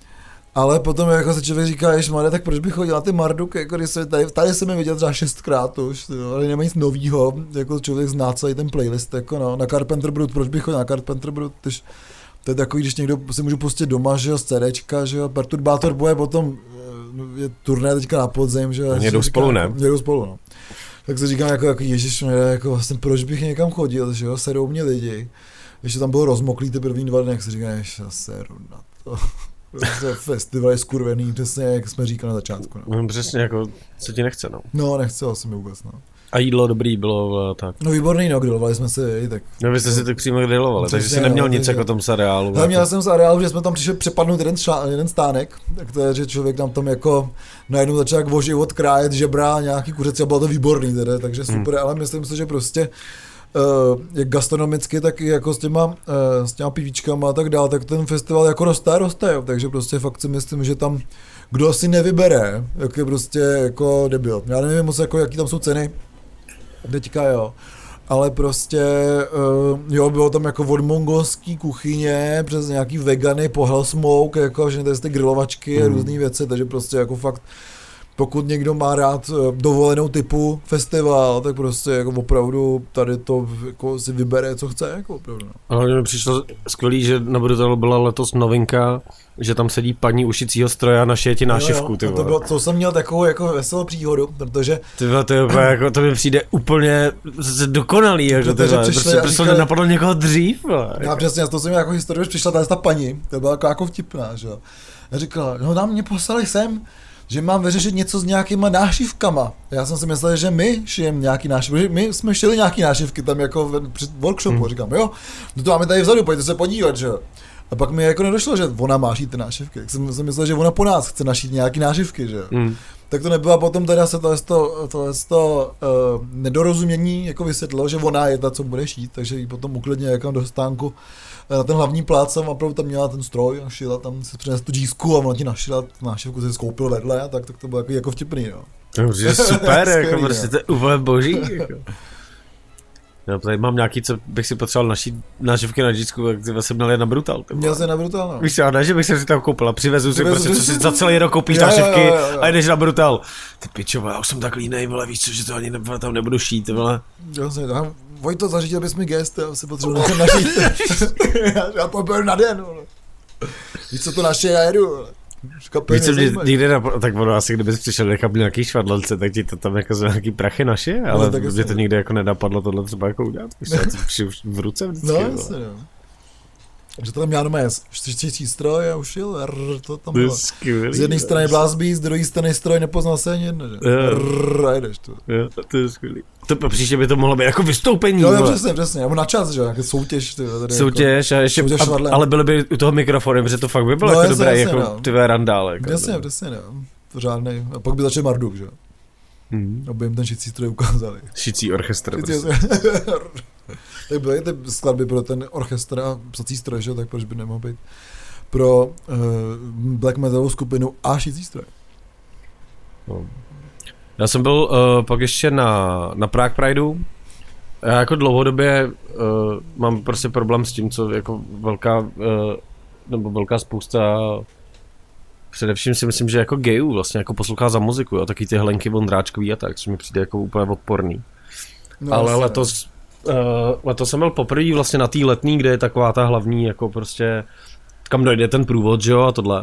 Ale potom jako se člověk říká, ježmarja, tak proč bych chodil na ty Marduk, jako když se tady, tady jsem je viděl třeba šestkrát už, jo, ale nemá nic novýho, jako člověk zná celý ten playlist, jako no, na Carpenter Brut, proč bych chodil na Carpenter Brut, tyž, to je takový, když někdo si můžu pustit doma, že jo, z CDčka, že jo, Perturbator Boje, potom je turné teďka na podzim, že jo. Jedou spolu, ne? Jedou spolu, no. Tak si říkám, jako, jako ježiš, jako vlastně proč bych někam chodil, že jo, serou mě lidi, ještě tam bylo rozmoklý ty první dva dny, jak si říkám, ježiš, seru na to. Prostě festival je skurvený, přesně jak jsme říkali na začátku. No, no přesně, jako, co ti nechce, no. No, nechce se mi vůbec, no. A jídlo dobrý bylo, tak. No výborný, no, grilovali jsme si, tak. No vy jste si to přímo grilovali, takže jsi neměl no, nic jako tom z areálu. Ale měl jsem z areálu, že jsme tam přišli přepadnout jeden, šá, jeden stánek, tak to je, že člověk nám tam jako najednou začal jak o život krájet žebra, nějaký kuřecí a bylo to výborný teda, takže super, hmm. ale myslím si, že prostě Uh, jak gastronomicky, tak i jako s těma, uh, s těma pivíčkama a tak dál, tak ten festival jako roste a roste, jo. Takže prostě fakt si myslím, že tam kdo asi nevybere, jak je prostě jako debil. Já nevím moc jako jaký tam jsou ceny, teďka jo, ale prostě uh, jo, bylo tam jako od mongolský kuchyně přes nějaký vegany po Hell Smoke, jako že tady ty grilovačky mm. a různý věci, takže prostě jako fakt pokud někdo má rád dovolenou typu festival, tak prostě jako opravdu tady to jako si vybere, co chce, jako opravdu. Ale mi přišlo skvělý, že na Brutalu byla letos novinka, že tam sedí paní ušicího stroje a našije ti nášivku, ty vole. To, bylo, to jsem měl takovou jako veselou příhodu, protože... Ty vole, to, je úplně, jako, to mi přijde úplně dokonalý, jako ty vole, prostě prostě nenapadlo někoho dřív, vole. Já přesně, to jsem měl jako historii, že přišla tady ta paní, to byla jako, jako vtipná, že jo. A říkala, no tam mě poslali sem, že mám vyřešit něco s nějakýma nášivkama. Já jsem si myslel, že my šijeme nějaký nášivky, my jsme šili nějaký nášivky tam jako v, při workshopu, hmm. říkám, jo, no to máme tady vzadu, pojďte se podívat, že jo. A pak mi jako nedošlo, že ona má šít ty nášivky, tak jsem si myslel, že ona po nás chce našít nějaký nášivky, že jo. Hmm. Tak to nebylo, potom teda se tohle to, tohle to uh, nedorozumění jako vysvětlilo, že ona je ta, co bude šít, takže ji potom uklidně jako do stánku na ten hlavní plác jsem opravdu tam měla ten stroj a šila tam, si přinesl tu džísku a ona ti našila nášivku, si skoupil vedle a tak, tak to bylo jako, jako vtipný, no. To je super, jako prostě to je úplně boží, jako. Já tady mám nějaký, co bych si potřeboval našít nášivky na džísku, tak ty jsem měl je na Brutal. Měl jsem na Brutal, no. Víš co, ne, že bych si tam koupil a přivezu si prostě, co si za celý rok koupíš nášivky jo, jo, jo, jo. a jdeš na Brutal. Ty pičo, já už jsem tak línej, vole, víš co, že to ani ne, tam nebudu šít, vole. Jo, jsem tam, Vojto, zařídil bys mi gest, já si potřebuji nechat našít. já to beru na den, vole. Víš co, to naše, já jedu, vole. Víš co, mě nikdy napad, tak ono asi kdybys přišel nechat nějaký švadlence, tak ti to tam jako za nějaký prachy naše, ale no, mě to nikdy jako nenapadlo tohle třeba jako udělat, víš, já to už v ruce vždycky. No, jasně, no. Že to tam měl doma čtyřičí stroj a už jel, rrr, to tam bylo. Skvělý, z jedné strany blázbí, z druhé strany stroj, nepoznal se ani jedno, že? Rrr, a jdeš tu. Jo, to je skvělý. To příště by to mohlo být jako vystoupení. Jo, jo, přesně, přesně, nebo na čas, že, jako soutěž. Ty, tady soutěž jako, a ještě, soutěž a, ale byly by u toho mikrofonu, protože to fakt by bylo no, jako jasně, dobré, jasně, jako no. Ty randále. Jako, jasně, no. Přesně, no. Pořádnej. A pak by začal Marduk, že? Mm. Aby jim ten šicí stroj ukázali. Šicí orchestr. Šicí tak byly ty skladby pro ten orchestr a psací stroj, že? Tak proč by nemohl být pro uh, black metalovou skupinu a šicí stroj. No. Já jsem byl uh, pak ještě na, na Prague Prideu. Já jako dlouhodobě uh, mám prostě problém s tím, co jako velká, uh, nebo velká spousta, především si myslím, že jako gayů vlastně jako poslouchá za muziku, a taky ty Helenky Vondráčkový a tak, což mi přijde jako úplně odporný. No, ale letos, uh, letos jsem byl poprvé vlastně na té letní, kde je taková ta hlavní, jako prostě, kam dojde ten průvod, že jo, a tohle.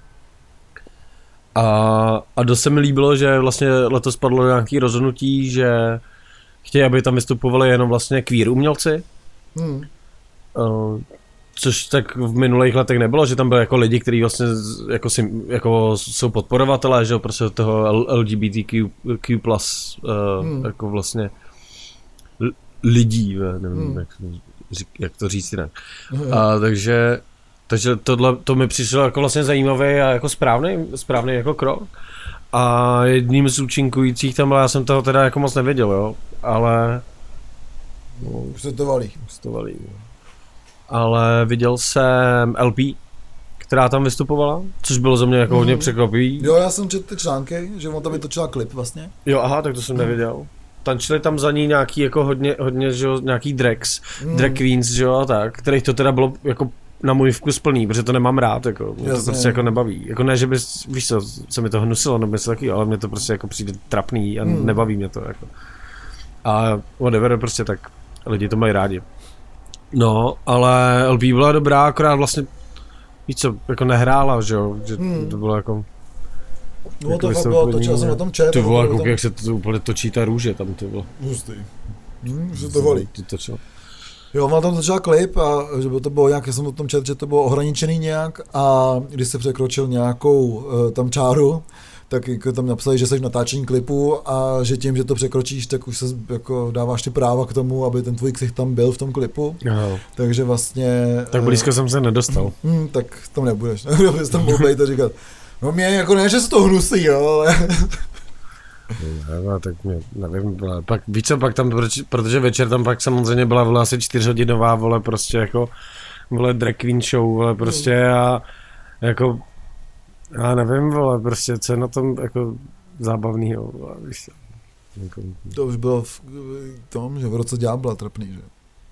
A, a dost se mi líbilo, že vlastně letos padlo nějaké rozhodnutí, že chtějí, aby tam vystupovali jenom vlastně queer umělci. Hmm. Uh, což tak v minulých letech nebylo, že tam byly jako lidi, kteří vlastně jako, si, jako jsou podporovatelé, že jo, prostě toho L G B T Q plus, uh, hmm. jako vlastně lidí, nevím, hmm. jak, jak to říct jinak. Hmm. A takže Takže tohle, to mi přišlo jako vlastně zajímavý a jako správný, správný jako krok. A jedním z účinkujících tam byl, já jsem toho teda jako moc nevěděl, jo, ale... No, už se to valí. Už to valí, jo. Ale viděl jsem L P, která tam vystupovala, což bylo za mě jako mm. hodně překvapivý. Jo, já jsem četl ty články, že on tam vytočila klip vlastně. Jo, aha, tak to jsem mm. nevěděl. Tančili tam za ní nějaký jako hodně, hodně, že jo, nějaký drags, mm. drag queens, že jo, a tak, kterých to teda bylo jako na můj vkus plný, protože to nemám rád, jako, mě to prostě jako nebaví. Jako ne, že by, víš co, se mi to hnusilo, nebo něco takový, ale mě to prostě jako přijde trapný a hmm. nebaví mě to, jako. A whatever, prostě tak, lidi to mají rádi. No, ale L P byla dobrá, akorát vlastně, víš co, jako nehrála, že jo, že hmm. to bylo jako... No jako to fakt bylo, točil jsem na tom čet. Ty vole, kouk, jak se to úplně točí ta růže tam, ty vole. Hustý. Hm, že to volí. Ty točil. Jo, ona tam točila klip a že to bylo nějak, já jsem o tom čet, že to bylo ohraničený nějak a když se překročil nějakou uh, tam čáru, tak jako tam napsali, že jsi v natáčení klipu a že tím, že to překročíš, tak už se jako dáváš ty práva k tomu, aby ten tvůj ksicht tam byl v tom klipu. Aha. Takže vlastně... Tak blízko uh, jsem se nedostal. Hm, tak tam nebudeš, nebudeš tam mohl být a říkat, no mě jako ne, že se to hnusí, jo, ale... No, tak mě, nevím, pak víš co, pak tam, protože večer tam pak samozřejmě byla vole asi čtyřhodinová, vole, prostě jako, vole, drag queen show, vole, prostě a jako, já nevím, vole, prostě, co je na tom, jako, zábavnýho, vole, víš co. Jako, to už bylo v tom, že v roce ďábla trapný, že?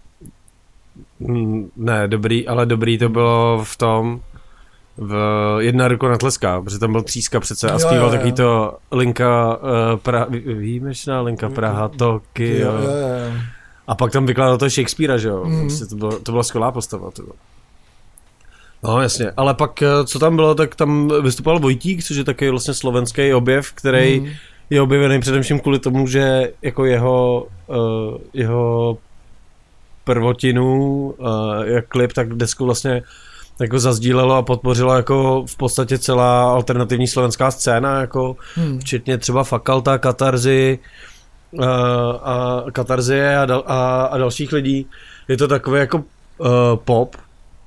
Ne, dobrý, ale dobrý to bylo v tom, v Jedna ruka netleská, protože tam byl Tříska přece a zpíval takový to Linka, uh, pra- výjimečná Linka Praha, Tokio. Jo, jo, jo. A pak tam vykládal to Shakespearea, že jo, mm. prostě to, bylo, to byla skvělá postava. To bylo. No jasně, ale pak co tam bylo, tak tam vystupoval Vojtík, což je takový vlastně slovenský objev, který mm. je objevený především kvůli tomu, že jako jeho, uh, jeho prvotinu, uh, jak klip, tak desku vlastně jako zazdílelo a podpořilo jako v podstatě celá alternativní slovenská scéna, jako hmm. včetně třeba Fakalta, Katarzy uh, a Katarzie a, dal, a, a dalších lidí. Je to takový jako uh, pop,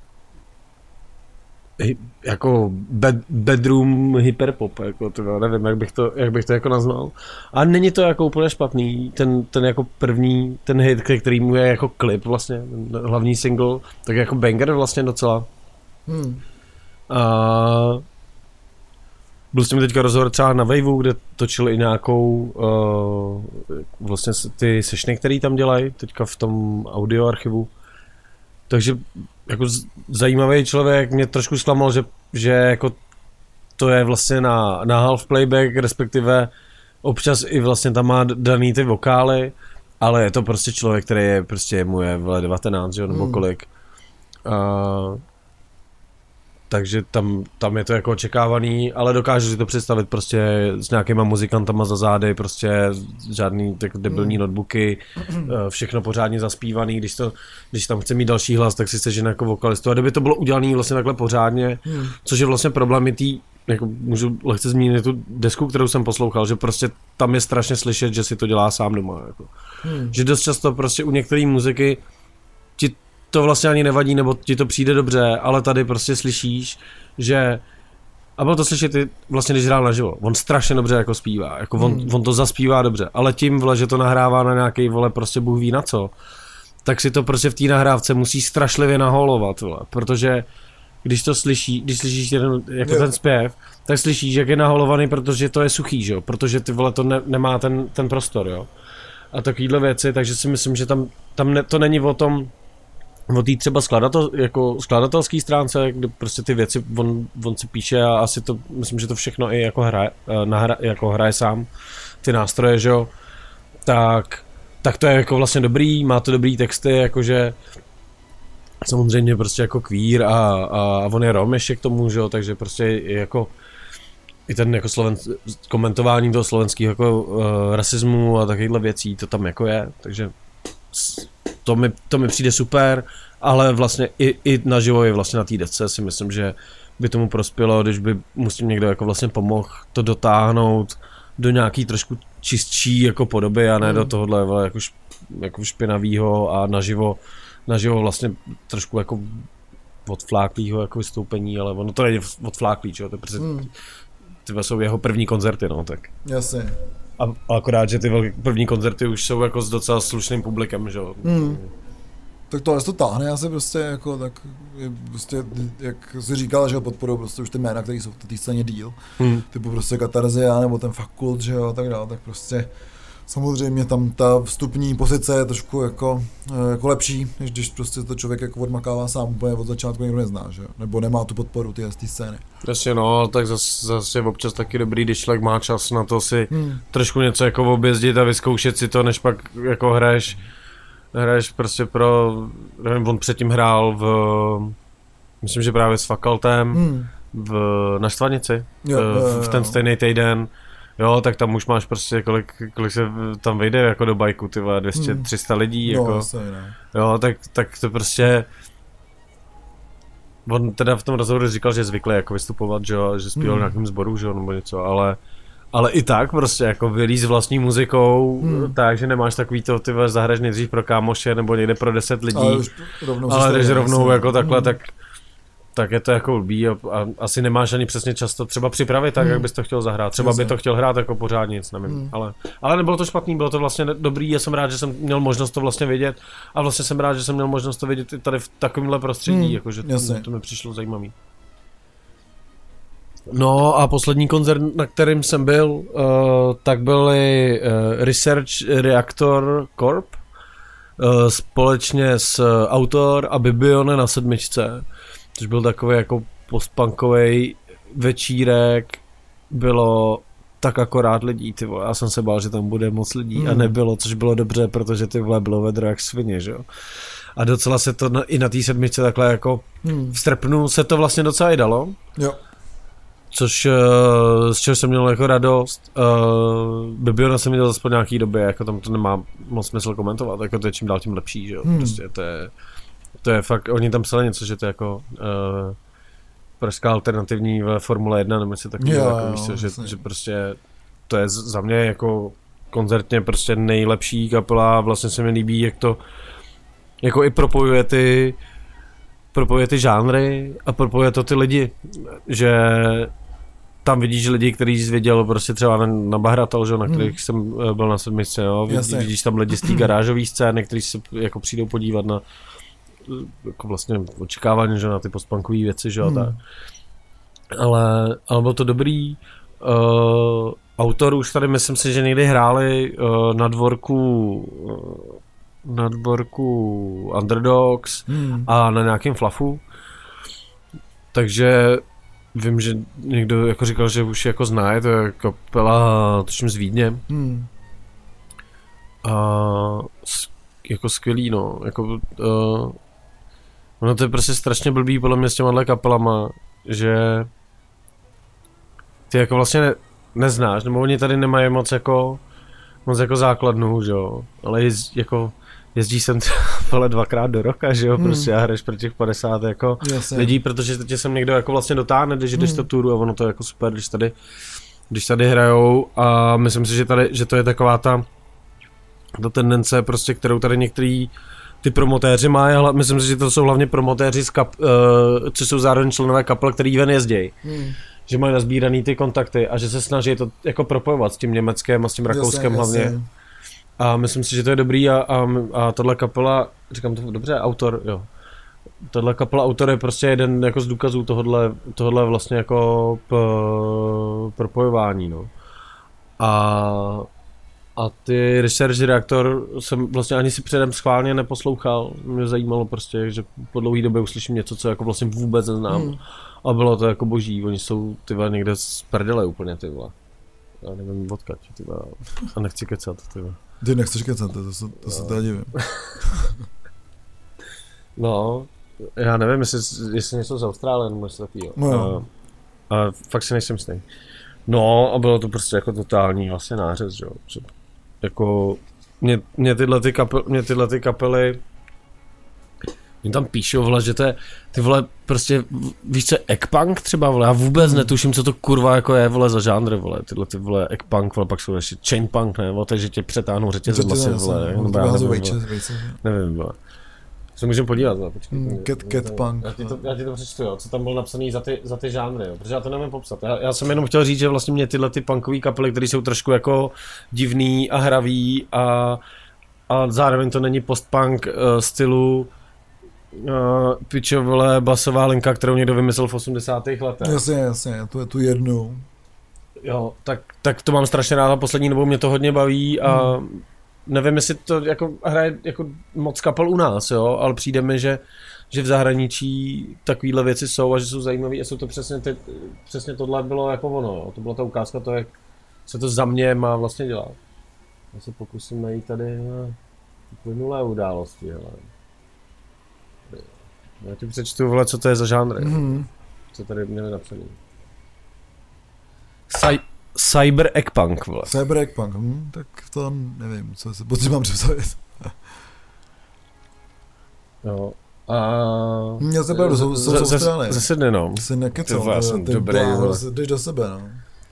Hy, jako bed, bedroom hyperpop, jako to nevím, jak bych to, jak bych to jako nazval. A není to jako úplně špatný, ten, ten jako první, ten hit, který mu je jako klip vlastně, hlavní single, tak jako banger vlastně docela. Hmm. A byl s tím teďka rozhovor třeba na Waveu, kde točil i nějakou uh, vlastně ty sessiony, který tam dělají teďka v tom audio archivu. Takže jako zajímavý člověk, mě trošku zklamal, že, že jako to je vlastně na, na half playback, respektive občas i vlastně tam má daný ty vokály, ale je to prostě člověk, který je prostě mu je vle devatenáct, jo, nebo kolik. Uh, takže tam, tam je to jako očekávaný, ale dokážu si to představit prostě s nějakýma muzikantama za zády, prostě žádný tak debilní notebooky, všechno pořádně zaspívaný, když, to, když tam chce mít další hlas, tak si sežene jako vokalistu. A kdyby to bylo udělané vlastně takhle pořádně, hmm. což je vlastně problém i tý, jako můžu lehce zmínit tu desku, kterou jsem poslouchal, že prostě tam je strašně slyšet, že si to dělá sám doma. Jako. Hmm. Že dost často prostě u některé muziky ti to vlastně ani nevadí, nebo ti to přijde dobře, ale tady prostě slyšíš, že a bylo to slyšet i vlastně, když hrál naživo. On strašně dobře jako zpívá, jako on, hmm. on to zaspívá dobře, ale tím, vole, že to nahrává na nějaký, vole, prostě Bůh ví na co, tak si to prostě v té nahrávce musí strašlivě naholovat, vole, protože když to slyší, když slyšíš jeden, jako ten zpěv, tak slyšíš, jak je naholovaný, protože to je suchý, že jo, protože ty, vole, to ne, nemá ten, ten prostor, jo. A takovýhle věci, takže si myslím, že tam, tam ne, to není o tom, o té třeba skladatel, jako skladatelský stránce, kde prostě ty věci on, on si píše a asi to, myslím, že to všechno i jako hraje, nahra, jako hraje sám, ty nástroje, že jo, tak, tak to je jako vlastně dobrý, má to dobrý texty, jakože samozřejmě prostě jako queer a, a on je Rom ještě k tomu, že jo, takže prostě je jako i ten jako sloven, komentování toho slovenského jako uh, rasismu a takovýchhle věcí, to tam jako je, takže To mi, to mi přijde super, ale vlastně i, i naživo je vlastně na té desce si myslím, že by tomu prospělo, když by mu s tím někdo jako vlastně pomohl to dotáhnout do nějaký trošku čistší jako podoby a ne mm. do tohohle jako, šp, jako špinavýho a naživo, naživo vlastně trošku jako odfláklýho jako vystoupení, ale ono to není odfláklý, čo? To je prostě, mm. tyhle jsou jeho první koncerty, no tak. Jasně. A, a akorát, že ty velké první koncerty už jsou jako s docela slušným publikem, že jo. Hmm. Tak to to táhne asi prostě jako tak, je prostě, jak jsi říkal, že ho podporují prostě už ty jména, které jsou v té scéně díl, hmm. typu prostě Katarzia nebo ten Fakult, že jo, a tak dále, tak prostě Samozřejmě tam ta vstupní pozice je trošku jako, jako lepší, než když prostě to člověk jako odmakává sám úplně od začátku, někdo nezná, že? Nebo nemá tu podporu ty, ty scény. Jasně no, tak zase zas je občas taky dobrý, když člověk má čas na to si hmm. trošku něco jako objezdit a vyzkoušet si to, než pak jako hraješ, hraješ prostě pro, nevím, on předtím hrál v, myslím, že právě s Fakaltem, hmm. v, na Štvanici, jo, v, v ten stejný týden. Jo, tak tam už máš prostě, kolik, kolik se tam vejde jako do bajku, ty dvě stě tři sta lidí, no, jako, asi, ne. jo, tak, tak to prostě, on teda v tom rozhovoru říkal, že je zvyklý jako vystupovat, že jo, že zpíval hmm. nějakým sboru, že jo, nebo něco, ale, ale i tak prostě jako vylíz vlastní muzikou, hmm. takže nemáš takový to, ty zahraješ nejdřív pro kámoše nebo někde pro deset lidí, ale, rovnou ale když rovnou vlastně. Jako takhle, hmm. tak tak je to jako blbý a, a asi nemáš ani přesně často třeba připravit tak, hmm. jak bys to chtěl zahrát. Třeba Jasně. by to chtěl hrát jako pořád nic, nevím. Hmm. Ale, ale nebylo to špatný, bylo to vlastně dobrý, já jsem rád, že jsem měl možnost to vlastně vidět a vlastně jsem rád, že jsem měl možnost to vidět i tady v takovémhle prostředí, hmm. jakože to, to mi přišlo zajímavý. No a poslední koncert, na kterým jsem byl, uh, tak byly uh, Research Reactor Corp uh, společně s Autor a Bibione na sedmičce. Což byl takový jako postpunkovej večírek, bylo tak akorát lidí, ty vole, já jsem se bál, že tam bude moc lidí hmm. a nebylo, což bylo dobře, protože ty vole bylo vedro jak svině, že jo. A docela se to na, i na té sedmičce takhle jako hmm. vstrpnu se to vlastně docela i dalo. Jo. Což, z čeho jsem měl jako radost, uh, Bibiona jsem měl aspoň nějaký době, jako tam to nemá moc smysl komentovat, jako to je čím dál tím lepší, že jo, hmm. prostě to je To je fakt, oni tam psali něco, že to je jako uh, pražská alternativní v Formule jedna, nebo něco takového, jako, víš, že, že prostě to je za mě jako koncertně prostě nejlepší kapela, vlastně se mi líbí, jak to jako i propojuje ty propojuje ty žánry a propojuje to ty lidi, že tam vidíš lidi, který jsi viděl prostě třeba na, na Bahratal, že, na kterých hmm. jsem byl na sedmičce, jo, vidíš, vidíš tam lidi z té garážové scény, kteří se jako přijdou podívat na jako vlastně očekávání, že na ty postpunkové věci, že jo, hmm. tak. Ale, ale bylo to dobrý. Uh, Autor už tady myslím si, že někdy hráli uh, na dvorku uh, na dvorku Underdogs hmm. a na nějakém flafu. Takže vím, že někdo jako říkal, že už jako zná, je to je kapela tuším z Vídně. Hmm. A jako skvělý, no, jako uh, ono to je prostě strašně blbý podle mě s těmahle kapelama, že ty jako vlastně ne, neznáš, nebo oni tady nemají moc jako moc jako základnu, že jo, ale jez, jako jezdí sem třeba dvakrát do roka, že jo, hmm. prostě a hraješ pro těch padesát jako Jasně. lidí, protože tě sem někdo jako vlastně dotáhne, když jdeš hmm. to túru a ono to je jako super, když tady, když tady hrajou a myslím si, že tady, že to je taková ta ta tendence prostě, kterou tady některý ty promotéři mají, ale myslím si, že to jsou hlavně promotéři, z kap, uh, co jsou zároveň členové kapel, který ven jezdějí. Hmm. Že mají nazbíraný ty kontakty a že se snaží to jako propojovat s tím Německém a s tím Rakouskem hlavně. Jasně. A myslím si, že to je dobrý a, a, a tohle kapela, říkám to dobře, Autor, jo. Tohle kapela Autor je prostě jeden jako z důkazů tohodle, tohodle vlastně jako p, propojování, no. A A ty Research Reactor jsem vlastně ani si předem schválně neposlouchal. Mě zajímalo prostě, že po dlouhé době uslyším něco, co jako vlastně vůbec neznám. Hmm. A bylo to jako boží, oni jsou ty vole někde z prdele úplně ty vole. Já nevím odkud, ty vole. A nechci kecat, ty vole. Ty nechceš kecat, to, to, to se teda divím. No, já nevím, jestli, jestli něco z Austrálie nebo něco takového. No. A, a fakt si nejsem stejný. No a bylo to prostě jako totální vlastně nářez, že jo. Jako mě, mě, tyhle ty kapel, mě tyhle ty kapely mě tam píšou, vole, že to je ty vole prostě víš co, eggpunk třeba, vole, já vůbec netuším, co to kurva jako je, vole, za žánr, vole, tyhle ty vole eggpunk, vole, pak jsou ještě chainpunk, ne, vole, takže tě přetáhnou řetězem vlastně, vole, nebo já nevím, vole, nevím, vole. Se můžeme podívat, vole, počkej. Mm, cat, cat punk. Já ti, to, já ti to přečtu, jo, co tam bylo napsané za ty, za ty žánry, jo, protože já to nevím popsat. Já, já jsem jenom chtěl říct, že vlastně mě tyhle ty punkové kapely, které jsou trošku jako divný a hravý a, a zároveň to není postpunk uh, stylu uh, pičovole basová linka, kterou někdo vymyslel v osmdesátých letech. Jasně, jasně, to je tu jednu. Jo, tak, tak to mám strašně rád a poslední dobou mě to hodně baví a hmm. nevím, jestli to jako hraje jako moc kapel u nás, jo, ale přijde mi, že, že v zahraničí takovýhle věci jsou a že jsou zajímavé a jsou to přesně, ty, přesně tohle bylo jako ono, jo. To byla ta ukázka toho, jak se to za mě má vlastně dělat. Já se pokusím najít tady plynulé události, hele. Já ti přečtu, vole, co to je za žánr, mm. co tady měli napsaný. Cy- Cyber Eggpunk, vole. Cyber Eggpunk, hm, tak to nevím, co se potřeba mám představit. Jo. A... Já se pravdu, jsou z Austrálie. Ze Sydney, no. Jsi nekecal, já jsem dobrý, vole. Jdeš do sebe, no.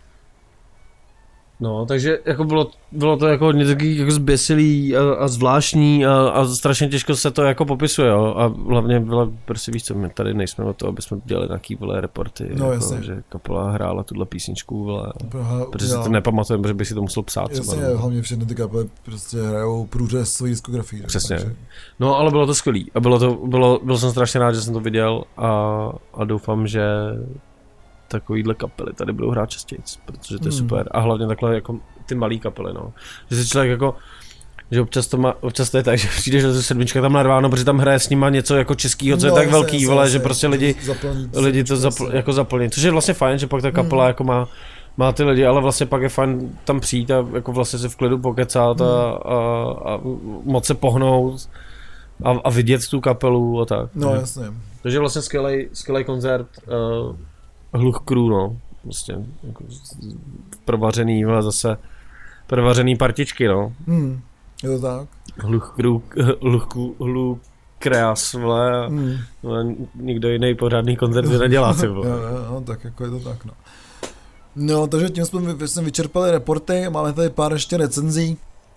No, takže jako bylo, bylo to jako hodně takový jako zběsilý a, a zvláštní a, a strašně těžko se to jako popisuje, jo. A hlavně bylo, prostě víš co, my tady nejsme o to, aby jsme dělali nějaký, vole, reporty, no, jako, že kapela hrála tuhle písničku, vole, Praha, protože si to nepamatujeme, protože bych si to musel psát jasně, třeba. No. Hlavně všechny ty kapely prostě hrajou průřez svojí diskografii. Přesně. Takže... No, ale bylo to skvělý a bylo to, bylo, byl jsem strašně rád, že jsem to viděl a, a doufám, že takovýhle kapely tady budou hrát častěji, protože to je mm. super a hlavně takhle jako ty malý kapely, no. Že si člověk jako, že občas to, má, občas to je tak, že přijdeš do sedmička tam narváno, protože tam hraje s nima něco jako českýho, co no, je tak velký, jasně, vole, jasně, že prostě lidi, zaplní, lidi to zapl, jako zaplní, což je vlastně fajn, že pak ta kapela mm. jako má, má ty lidi, ale vlastně pak je fajn tam přijít a jako vlastně si v klidu pokecat mm. a, a, a moc se pohnout a, a vidět tu kapelu a tak. No jasně. Takže vlastně skvělej, skvělej koncert, uh, Hluch crew, no, prostě jako provařený, ale zase provařený partičky, no. Hmm, je to tak. Hluch crew, hluch, hluch kreas, vole, hmm. nikdo jiný pořádný koncert nedělá, ty vole. Jo, jo, no, tak jako je to tak, no. No, takže tím jsme, jsme vyčerpali reporty, máme tady pár ještě recenzí.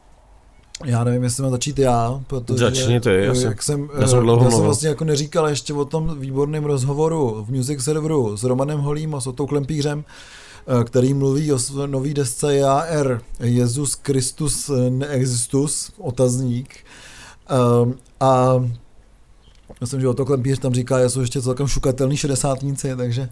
Já nevím, jestli mám začít já, protože začni ty, já, jak jsem, já jsem, dlouho já jsem vlastně jako neříkal ještě o tom výborném rozhovoru v Music Serveru s Romanem Holím a s Otou Klempířem, který mluví o nový desce J A R, Jezus Kristus neexistus, otazník. A myslím, že Otto Klempíř tam říká, že jsou ještě celkem šukatelný šedesátníci, takže...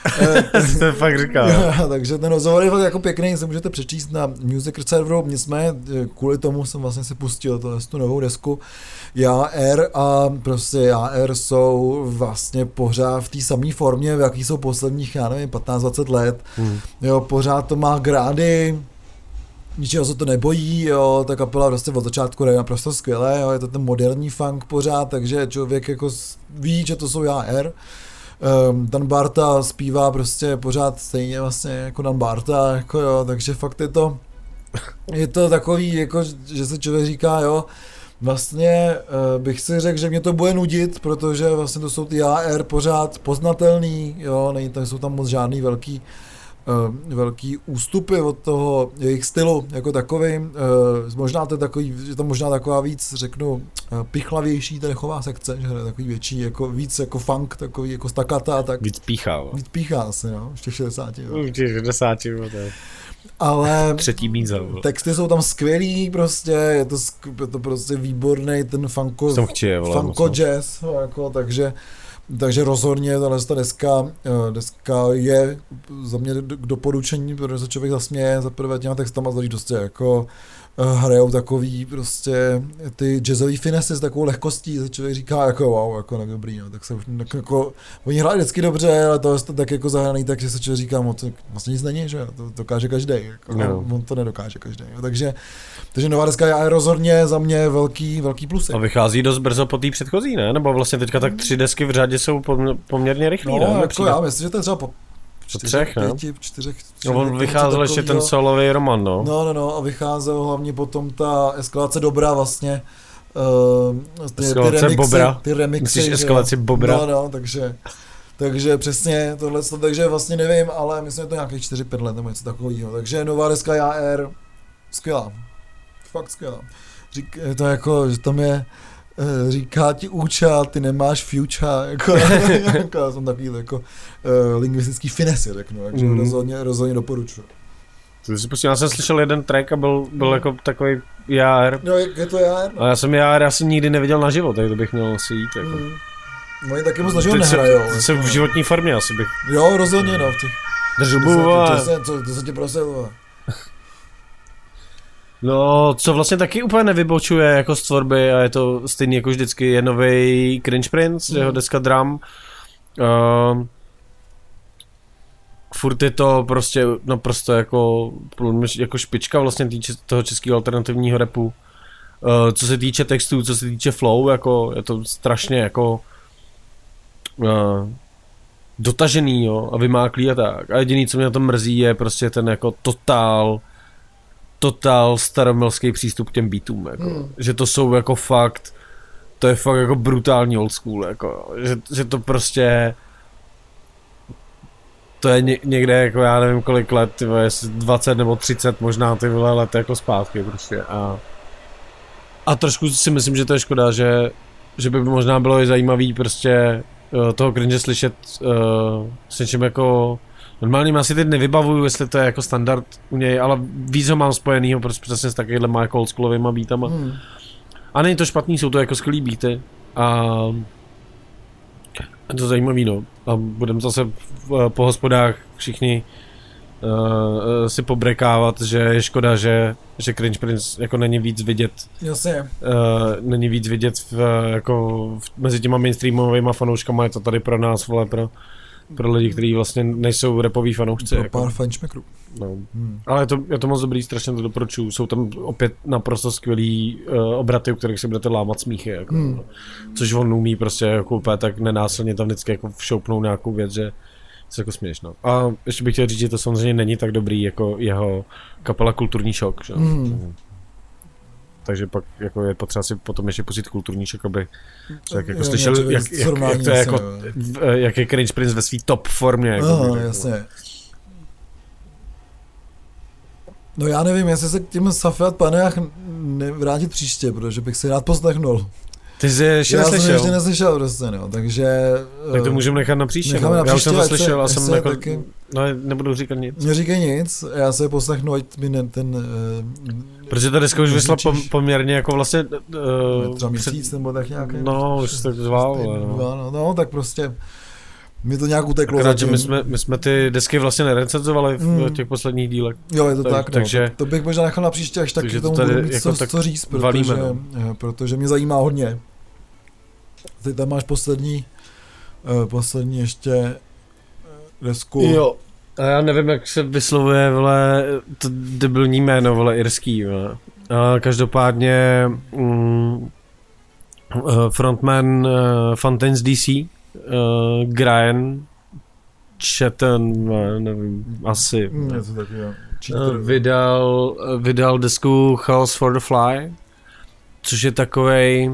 to je fakt říká. Takže ten rozhovor je fakt jako pěkný, se můžete přečíst na Music Serveru, nicméně kvůli tomu jsem vlastně si pustil to, tu novou desku J A R a prostě J A R jsou vlastně pořád v té samé formě, v jaký jsou posledních, já nevím, patnáct dvacet let. Hmm. Jo, pořád to má grády, ničeho se to nebojí, jo, ta kapela prostě od začátku je naprosto skvělé, jo, je to ten moderní funk pořád, takže člověk jako ví, že to jsou J A R. Um, Dan Barta zpívá prostě pořád stejně vlastně jako Dan Barta, jako jo, takže fakt je to, je to takový, jako, že se člověk říká, jo, vlastně uh, bych si řekl, že mě to bude nudit, protože vlastně to jsou ty J A R pořád poznatelný, jo, není tam, jsou tam moc žádný velký Uh, velký ústupy od toho jejich stylu jako takový. Uh, možná to je takový, že to možná taková víc, řeknu, uh, pichlavější ta dechová sekce, že je takový větší, jako víc jako funk, takový jako stacata, tak víc píchá. Víc píchá asi, no, v těch šedesáti. V těch šedesáti, jo, to je. Ale třetí míza. Texty jsou tam skvělý, prostě, je to, je to prostě výborný ten funko, funko jazz, jako, takže Takže rozhodně tato deska, deska je za mě k doporučení, protože se člověk zasměje za prvé těma textama, zvlášť prostě jako hrajou takový prostě ty jazzový finesy s takovou lehkostí, se člověk říká jako wow, jako tak dobrý, no, tak se tak jako, oni hrají vždycky dobře, ale to je tak jako zahraný, takže se člověk říká, no, to vlastně nic není, že to dokáže každý, jako, no. On to nedokáže každý, no, takže takže nová deska je rozhodně za mě velký, velký plusy. A vychází dost brzo po té předchozí, ne? Nebo vlastně teďka tak tři desky v řadě jsou poměrně rychlý, no, ne? Jako já myslím, že to je třeba po čtyřech, třech, pěti, čtyřech, no, on vycházel ještě ten solový roman, no. No, no, no, a vycházel hlavně potom ta eskalace dobra vlastně. Uh, ty, eskalace ty remixy, Bobra. Ty remixy, myslíš eskalaci Bobra? No, no, takže, takže přesně tohle, takže vlastně nevím, ale myslím, že to nějakých čtyři pět let nebo něco takového. Takže nová deska J A R, skvělá. Fakt skvělá. Řík, je to jako, že tam je, říká ti úča, ty nemáš future, jako, jako jsem takový jako uh, lingvistický finesy, řeknu, takže mm. rozhodně, rozhodně doporučuji. Já jsem slyšel jeden track a byl, byl mm. jako takový J A R. No, je to J A R. No. A já jsem J A R asi nikdy neviděl naživo, tak to bych měl asi jít. Jako. Mm. No, oni taky moc naživo nehrajou. Jsem v životní formě asi bych. Jo, rozhodně, no, v těch. Držbu, co, co, to se tě prosil. No, co vlastně taky úplně nevybočuje jako z tvorby a je to stejný jako vždycky, je novej Cringe Prince, mm. jeho deska Drum. Uh, furt je to prostě naprosto jako, jako špička vlastně týče toho českého alternativního rapu. Uh, co se týče textů, co se týče flow, jako je to strašně jako uh, dotažený, jo, a vymáklý a tak. A jediný, co mě na tom mrzí, je prostě ten jako totál totál staromilský přístup k těm beatům, jako. Hmm. Že to jsou jako fakt, to je fakt jako brutální old school, jako. Že, že to prostě to je ně, někde jako já nevím kolik let, tyvo, jestli dvacet nebo třicet možná ty vole let jako zpátky prostě a a trošku si myslím, že to je škoda, že, že by možná bylo i zajímavý prostě uh, toho cringe slyšet uh, s něčím jako normálně asi teď nevybavuju, jestli to je jako standard u něj, ale víc ho mám spojenýho prostě přesně s takovýhle má jako oldschoolovýma beatama. Hmm. A není to špatný, jsou to jako skvělý beaty a je to zajímavý, no. A budeme zase po hospodách všichni uh, si pobrekávat, že je škoda, že, že Cringe Prince jako není víc vidět. Jasně. Uh, není víc vidět v, jako v, mezi těma mainstreamovými fanouškama, je to tady pro nás, vole, pro pro lidi, kteří vlastně nejsou rapoví fanoušci. Pro jako. pár fanšmekrů. No. Hmm. Ale je to, je to moc dobrý, strašně to doporučuju. Jsou tam opět naprosto skvělý uh, obraty, u kterých si budete lámat smíchy. Jako, hmm. no. Což on umí prostě jako úplně tak nenásilně tam vždycky jako všoupnou nějakou věc, že se jako směješ. No. A ještě bych chtěl říct, že to samozřejmě není tak dobrý jako jeho kapela Kulturní šok. Že? Hmm. Takže pak jako je potřeba si potom ještě pustit Kulturní šok, aby tak jako slyšel, jak, jak, jak, to je jako, jak je Cringe Prince ve svý top formě. Jako Aha, jasně. No já nevím, jestli se k těm Safiat Panách nevrátit příště, protože bych si rád poslechnul. Ty jsi ještě já neslyšel? Já jsem ještě neslyšel prostě, no, takže... Tak to můžeme nechat na příště, necháme no. na příště. Já už jsem to slyšel a jsem jako... Taky... No nebudu říkat nic. Neříkej nic, já se poslechnu, ať mi ne, ten... Uh, Protože ta deska už vyšla pom, poměrně jako vlastně... Uh, třeba měsíc před... nebo tak nějaký... No, už se tak zvál, no. no. No, tak prostě... Mi to nějak uteklo. Akorát, že my jsme, my jsme ty desky vlastně nerecenzovali v mm. těch posledních dílech. Jo, je to tak, tak takže, no. To bych možná nechal na příště, až tak k tomu budu mít jako co, co říct, protože, valíme, no. protože mě zajímá hodně. Ty tam máš poslední, uh, poslední ještě desku. Jo, a já nevím, jak se vyslovuje, vole, to debilní jméno, vole, irský, vole. A každopádně mm, frontman uh, Fontaines D C, uh, Brian Chatton, nevím, asi. Mm, je to taky, jo. Uh, vydal, vydal desku House for the Fly, což je takovej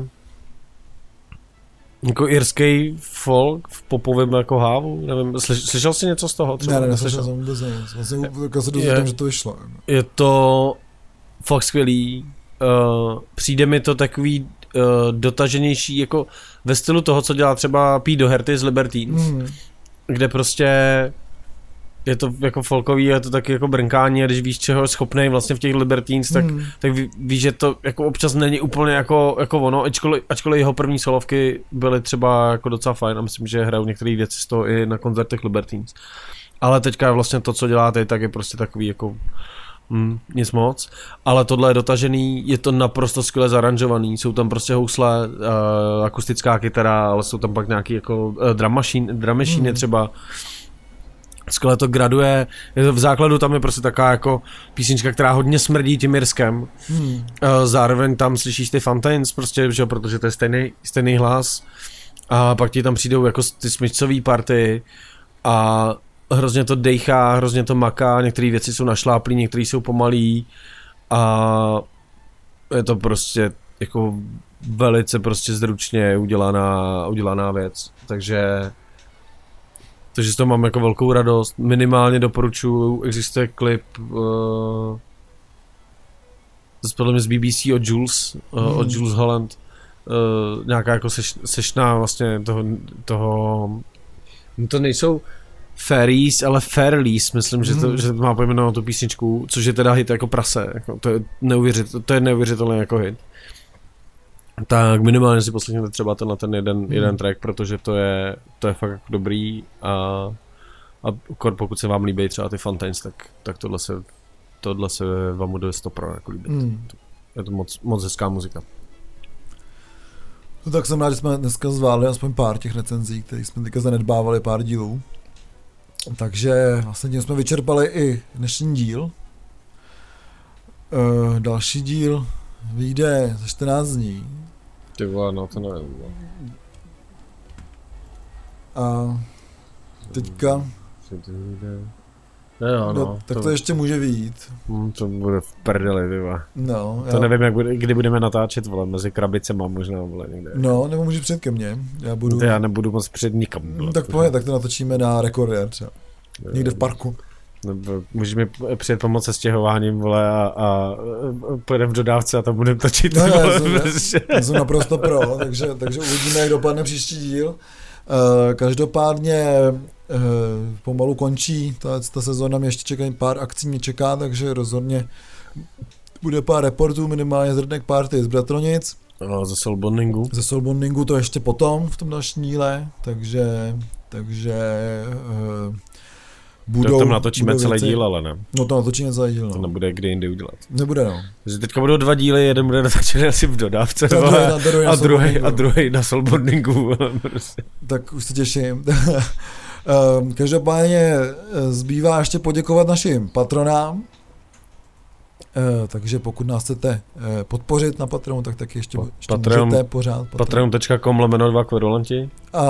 jako irský folk v popovém jako hávu, nevím, slyš, slyšel jsi něco z toho? Třeba? Ne, ne, neslyšel jsem vůbec nic, vlastně se dozvěděl, že to vyšlo. Je to fakt skvělý, uh, přijde mi to takový uh, dotaženější, jako ve stylu toho, co dělá třeba Pete Doherty z Libertines, mm. kde prostě je to jako folkový, je to taky jako brnkání a když víš, čeho je schopnej vlastně v těch Libertines, tak, mm. tak ví, víš, že to jako občas není úplně jako, jako ono, ačkoliv, ačkoliv jeho první solovky byly třeba jako docela fajn a myslím, že hrajou některé věci z toho i na koncertech Libertines. Ale teďka vlastně to, co děláte, tak je prostě takový jako mm, nic moc, ale tohle je dotažený, je to naprosto skvěle zaranžovaný, jsou tam prostě housle, uh, akustická kytara, ale jsou tam pak nějaký jako uh, drum machine, drum machine mm. třeba. Skvěle to graduje, v základu tam je prostě taková jako písnička, která hodně smrdí tím irskem. Hmm. Zároveň tam slyšíš ty Fontaines prostě, že, protože to je stejný, stejný hlas. A pak ti tam přijdou jako ty smyčcový party a hrozně to dejchá, hrozně to maká, některé věci jsou našláplý, některé jsou pomalý a je to prostě jako velice prostě zručně udělaná, udělaná věc. Takže Takže z toho mám jako velkou radost, minimálně doporučuji, existuje klip uh, podle mě z B B C od Jules, uh, mm. od Jules Holland, uh, nějaká jako seš, sešná vlastně toho, toho, to nejsou Fairies, ale Fairlies, myslím, mm. že, to, že to má pojmenovat tu písničku, což je teda hit jako prase, jako, to, je neuvěřit, to je neuvěřitelný jako hit. Tak minimálně si poslechněte třeba tenhle ten jeden, hmm. jeden track, protože to je, to je fakt dobrý a A pokud se vám líbí třeba ty Fontaines, tak, tak tohle se, tohle se vám bude sto pro jako líbit. Mm. Je to moc, moc hezká muzika. No tak jsem rád, že jsme dneska zvládli aspoň pár těch recenzí, kterých jsme teďka zanedbávali pár dílů. Takže vlastně tím jsme vyčerpali i dnešní díl. E, další díl vyjde za čtrnáct dní. Ty vole, no to nevím. A teďka... No, jo, no, no, tak to, to ještě může vyjít. Hmm, to bude v prdeli, tyva. No, to já... nevím, jak bude, kdy budeme natáčet, vole, mezi krabicema možná, vole, někde. No, nebo můžeš přijet ke mně. Já budu... Já nebudu moc přijet nikam. No, tak pojď, tak to natočíme na Recorder třeba. Někde v parku. Nebo můžeme přijet pomoct se stěhováním, vole, a, a pojedeme v dodávce a tam budeme točit. No, vole, já, jsem, já jsem naprosto pro, takže, takže uvidíme, jak dopadne příští díl. Uh, každopádně uh, pomalu končí, ta, ta sezóna mě ještě čeká, pár akcí mě čeká, takže rozhodně bude pár reportů, minimálně z Redneck Party z Bratronic. No, ze Soulbondingu. Ze Soulbondingu to ještě potom v tom dalším díle, takže, takže uh, budou... To tam natočíme budou celý věci. Díl, ale ne. No to natočíme celý díl, no. To nebude kdy jindy udělat. Nebude, no. Takže teďka budou dva díly, jeden bude natočený asi v dodávce, to druhý, a, druhý a, druhý, a druhý na Soulbondingu. Tak už se těším. Každopádně zbývá ještě poděkovat našim patronám. Takže pokud nás chcete podpořit na Patreonu, tak taky ještě, ještě Patreon, můžete pořád. patreon tečka com lomeno dva kverulanti. A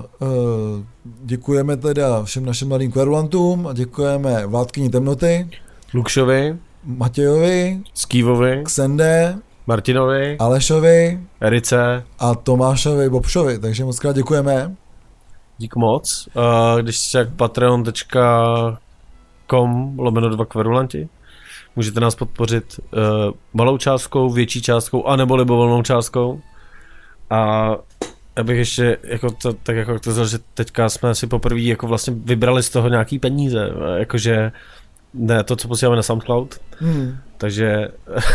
děkujeme teda všem našim mladým kverulantům a děkujeme Vládkyni temnoty, Lukšovi, Matějovi, Skývovi, Ksende, Martinovi, Alešovi, Erice a Tomášovi Bobšovi, takže moc krát děkujeme. Dík moc. Uh, když se patreon tečka com lomeno dva kverulanti, můžete nás podpořit uh, malou částkou, větší částkou, anebo libovolnou částkou. A já bych ještě, jako to, tak jako to zase, že teďka jsme si poprvé jako vlastně vybrali z toho nějaký peníze, jakože ne to, co posíláme na SoundCloud, hmm. takže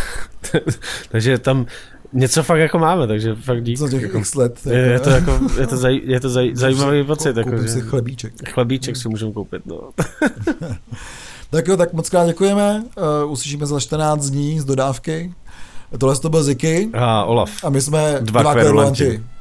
takže tam něco fakt jako máme, takže fakt dík. Za těch jako, x let. Je, je to jako, je to, zaj, je to zaj, zajímavý pocit. Koupím jako, si chlebíček. Chlebíček si můžeme koupit, no. Tak jo, tak moc krát děkujeme, uh, uslyšíme za čtrnáct dní z dodávky. Tohle to byl Ziky. A Olaf. A my jsme dva, dva kverulanti.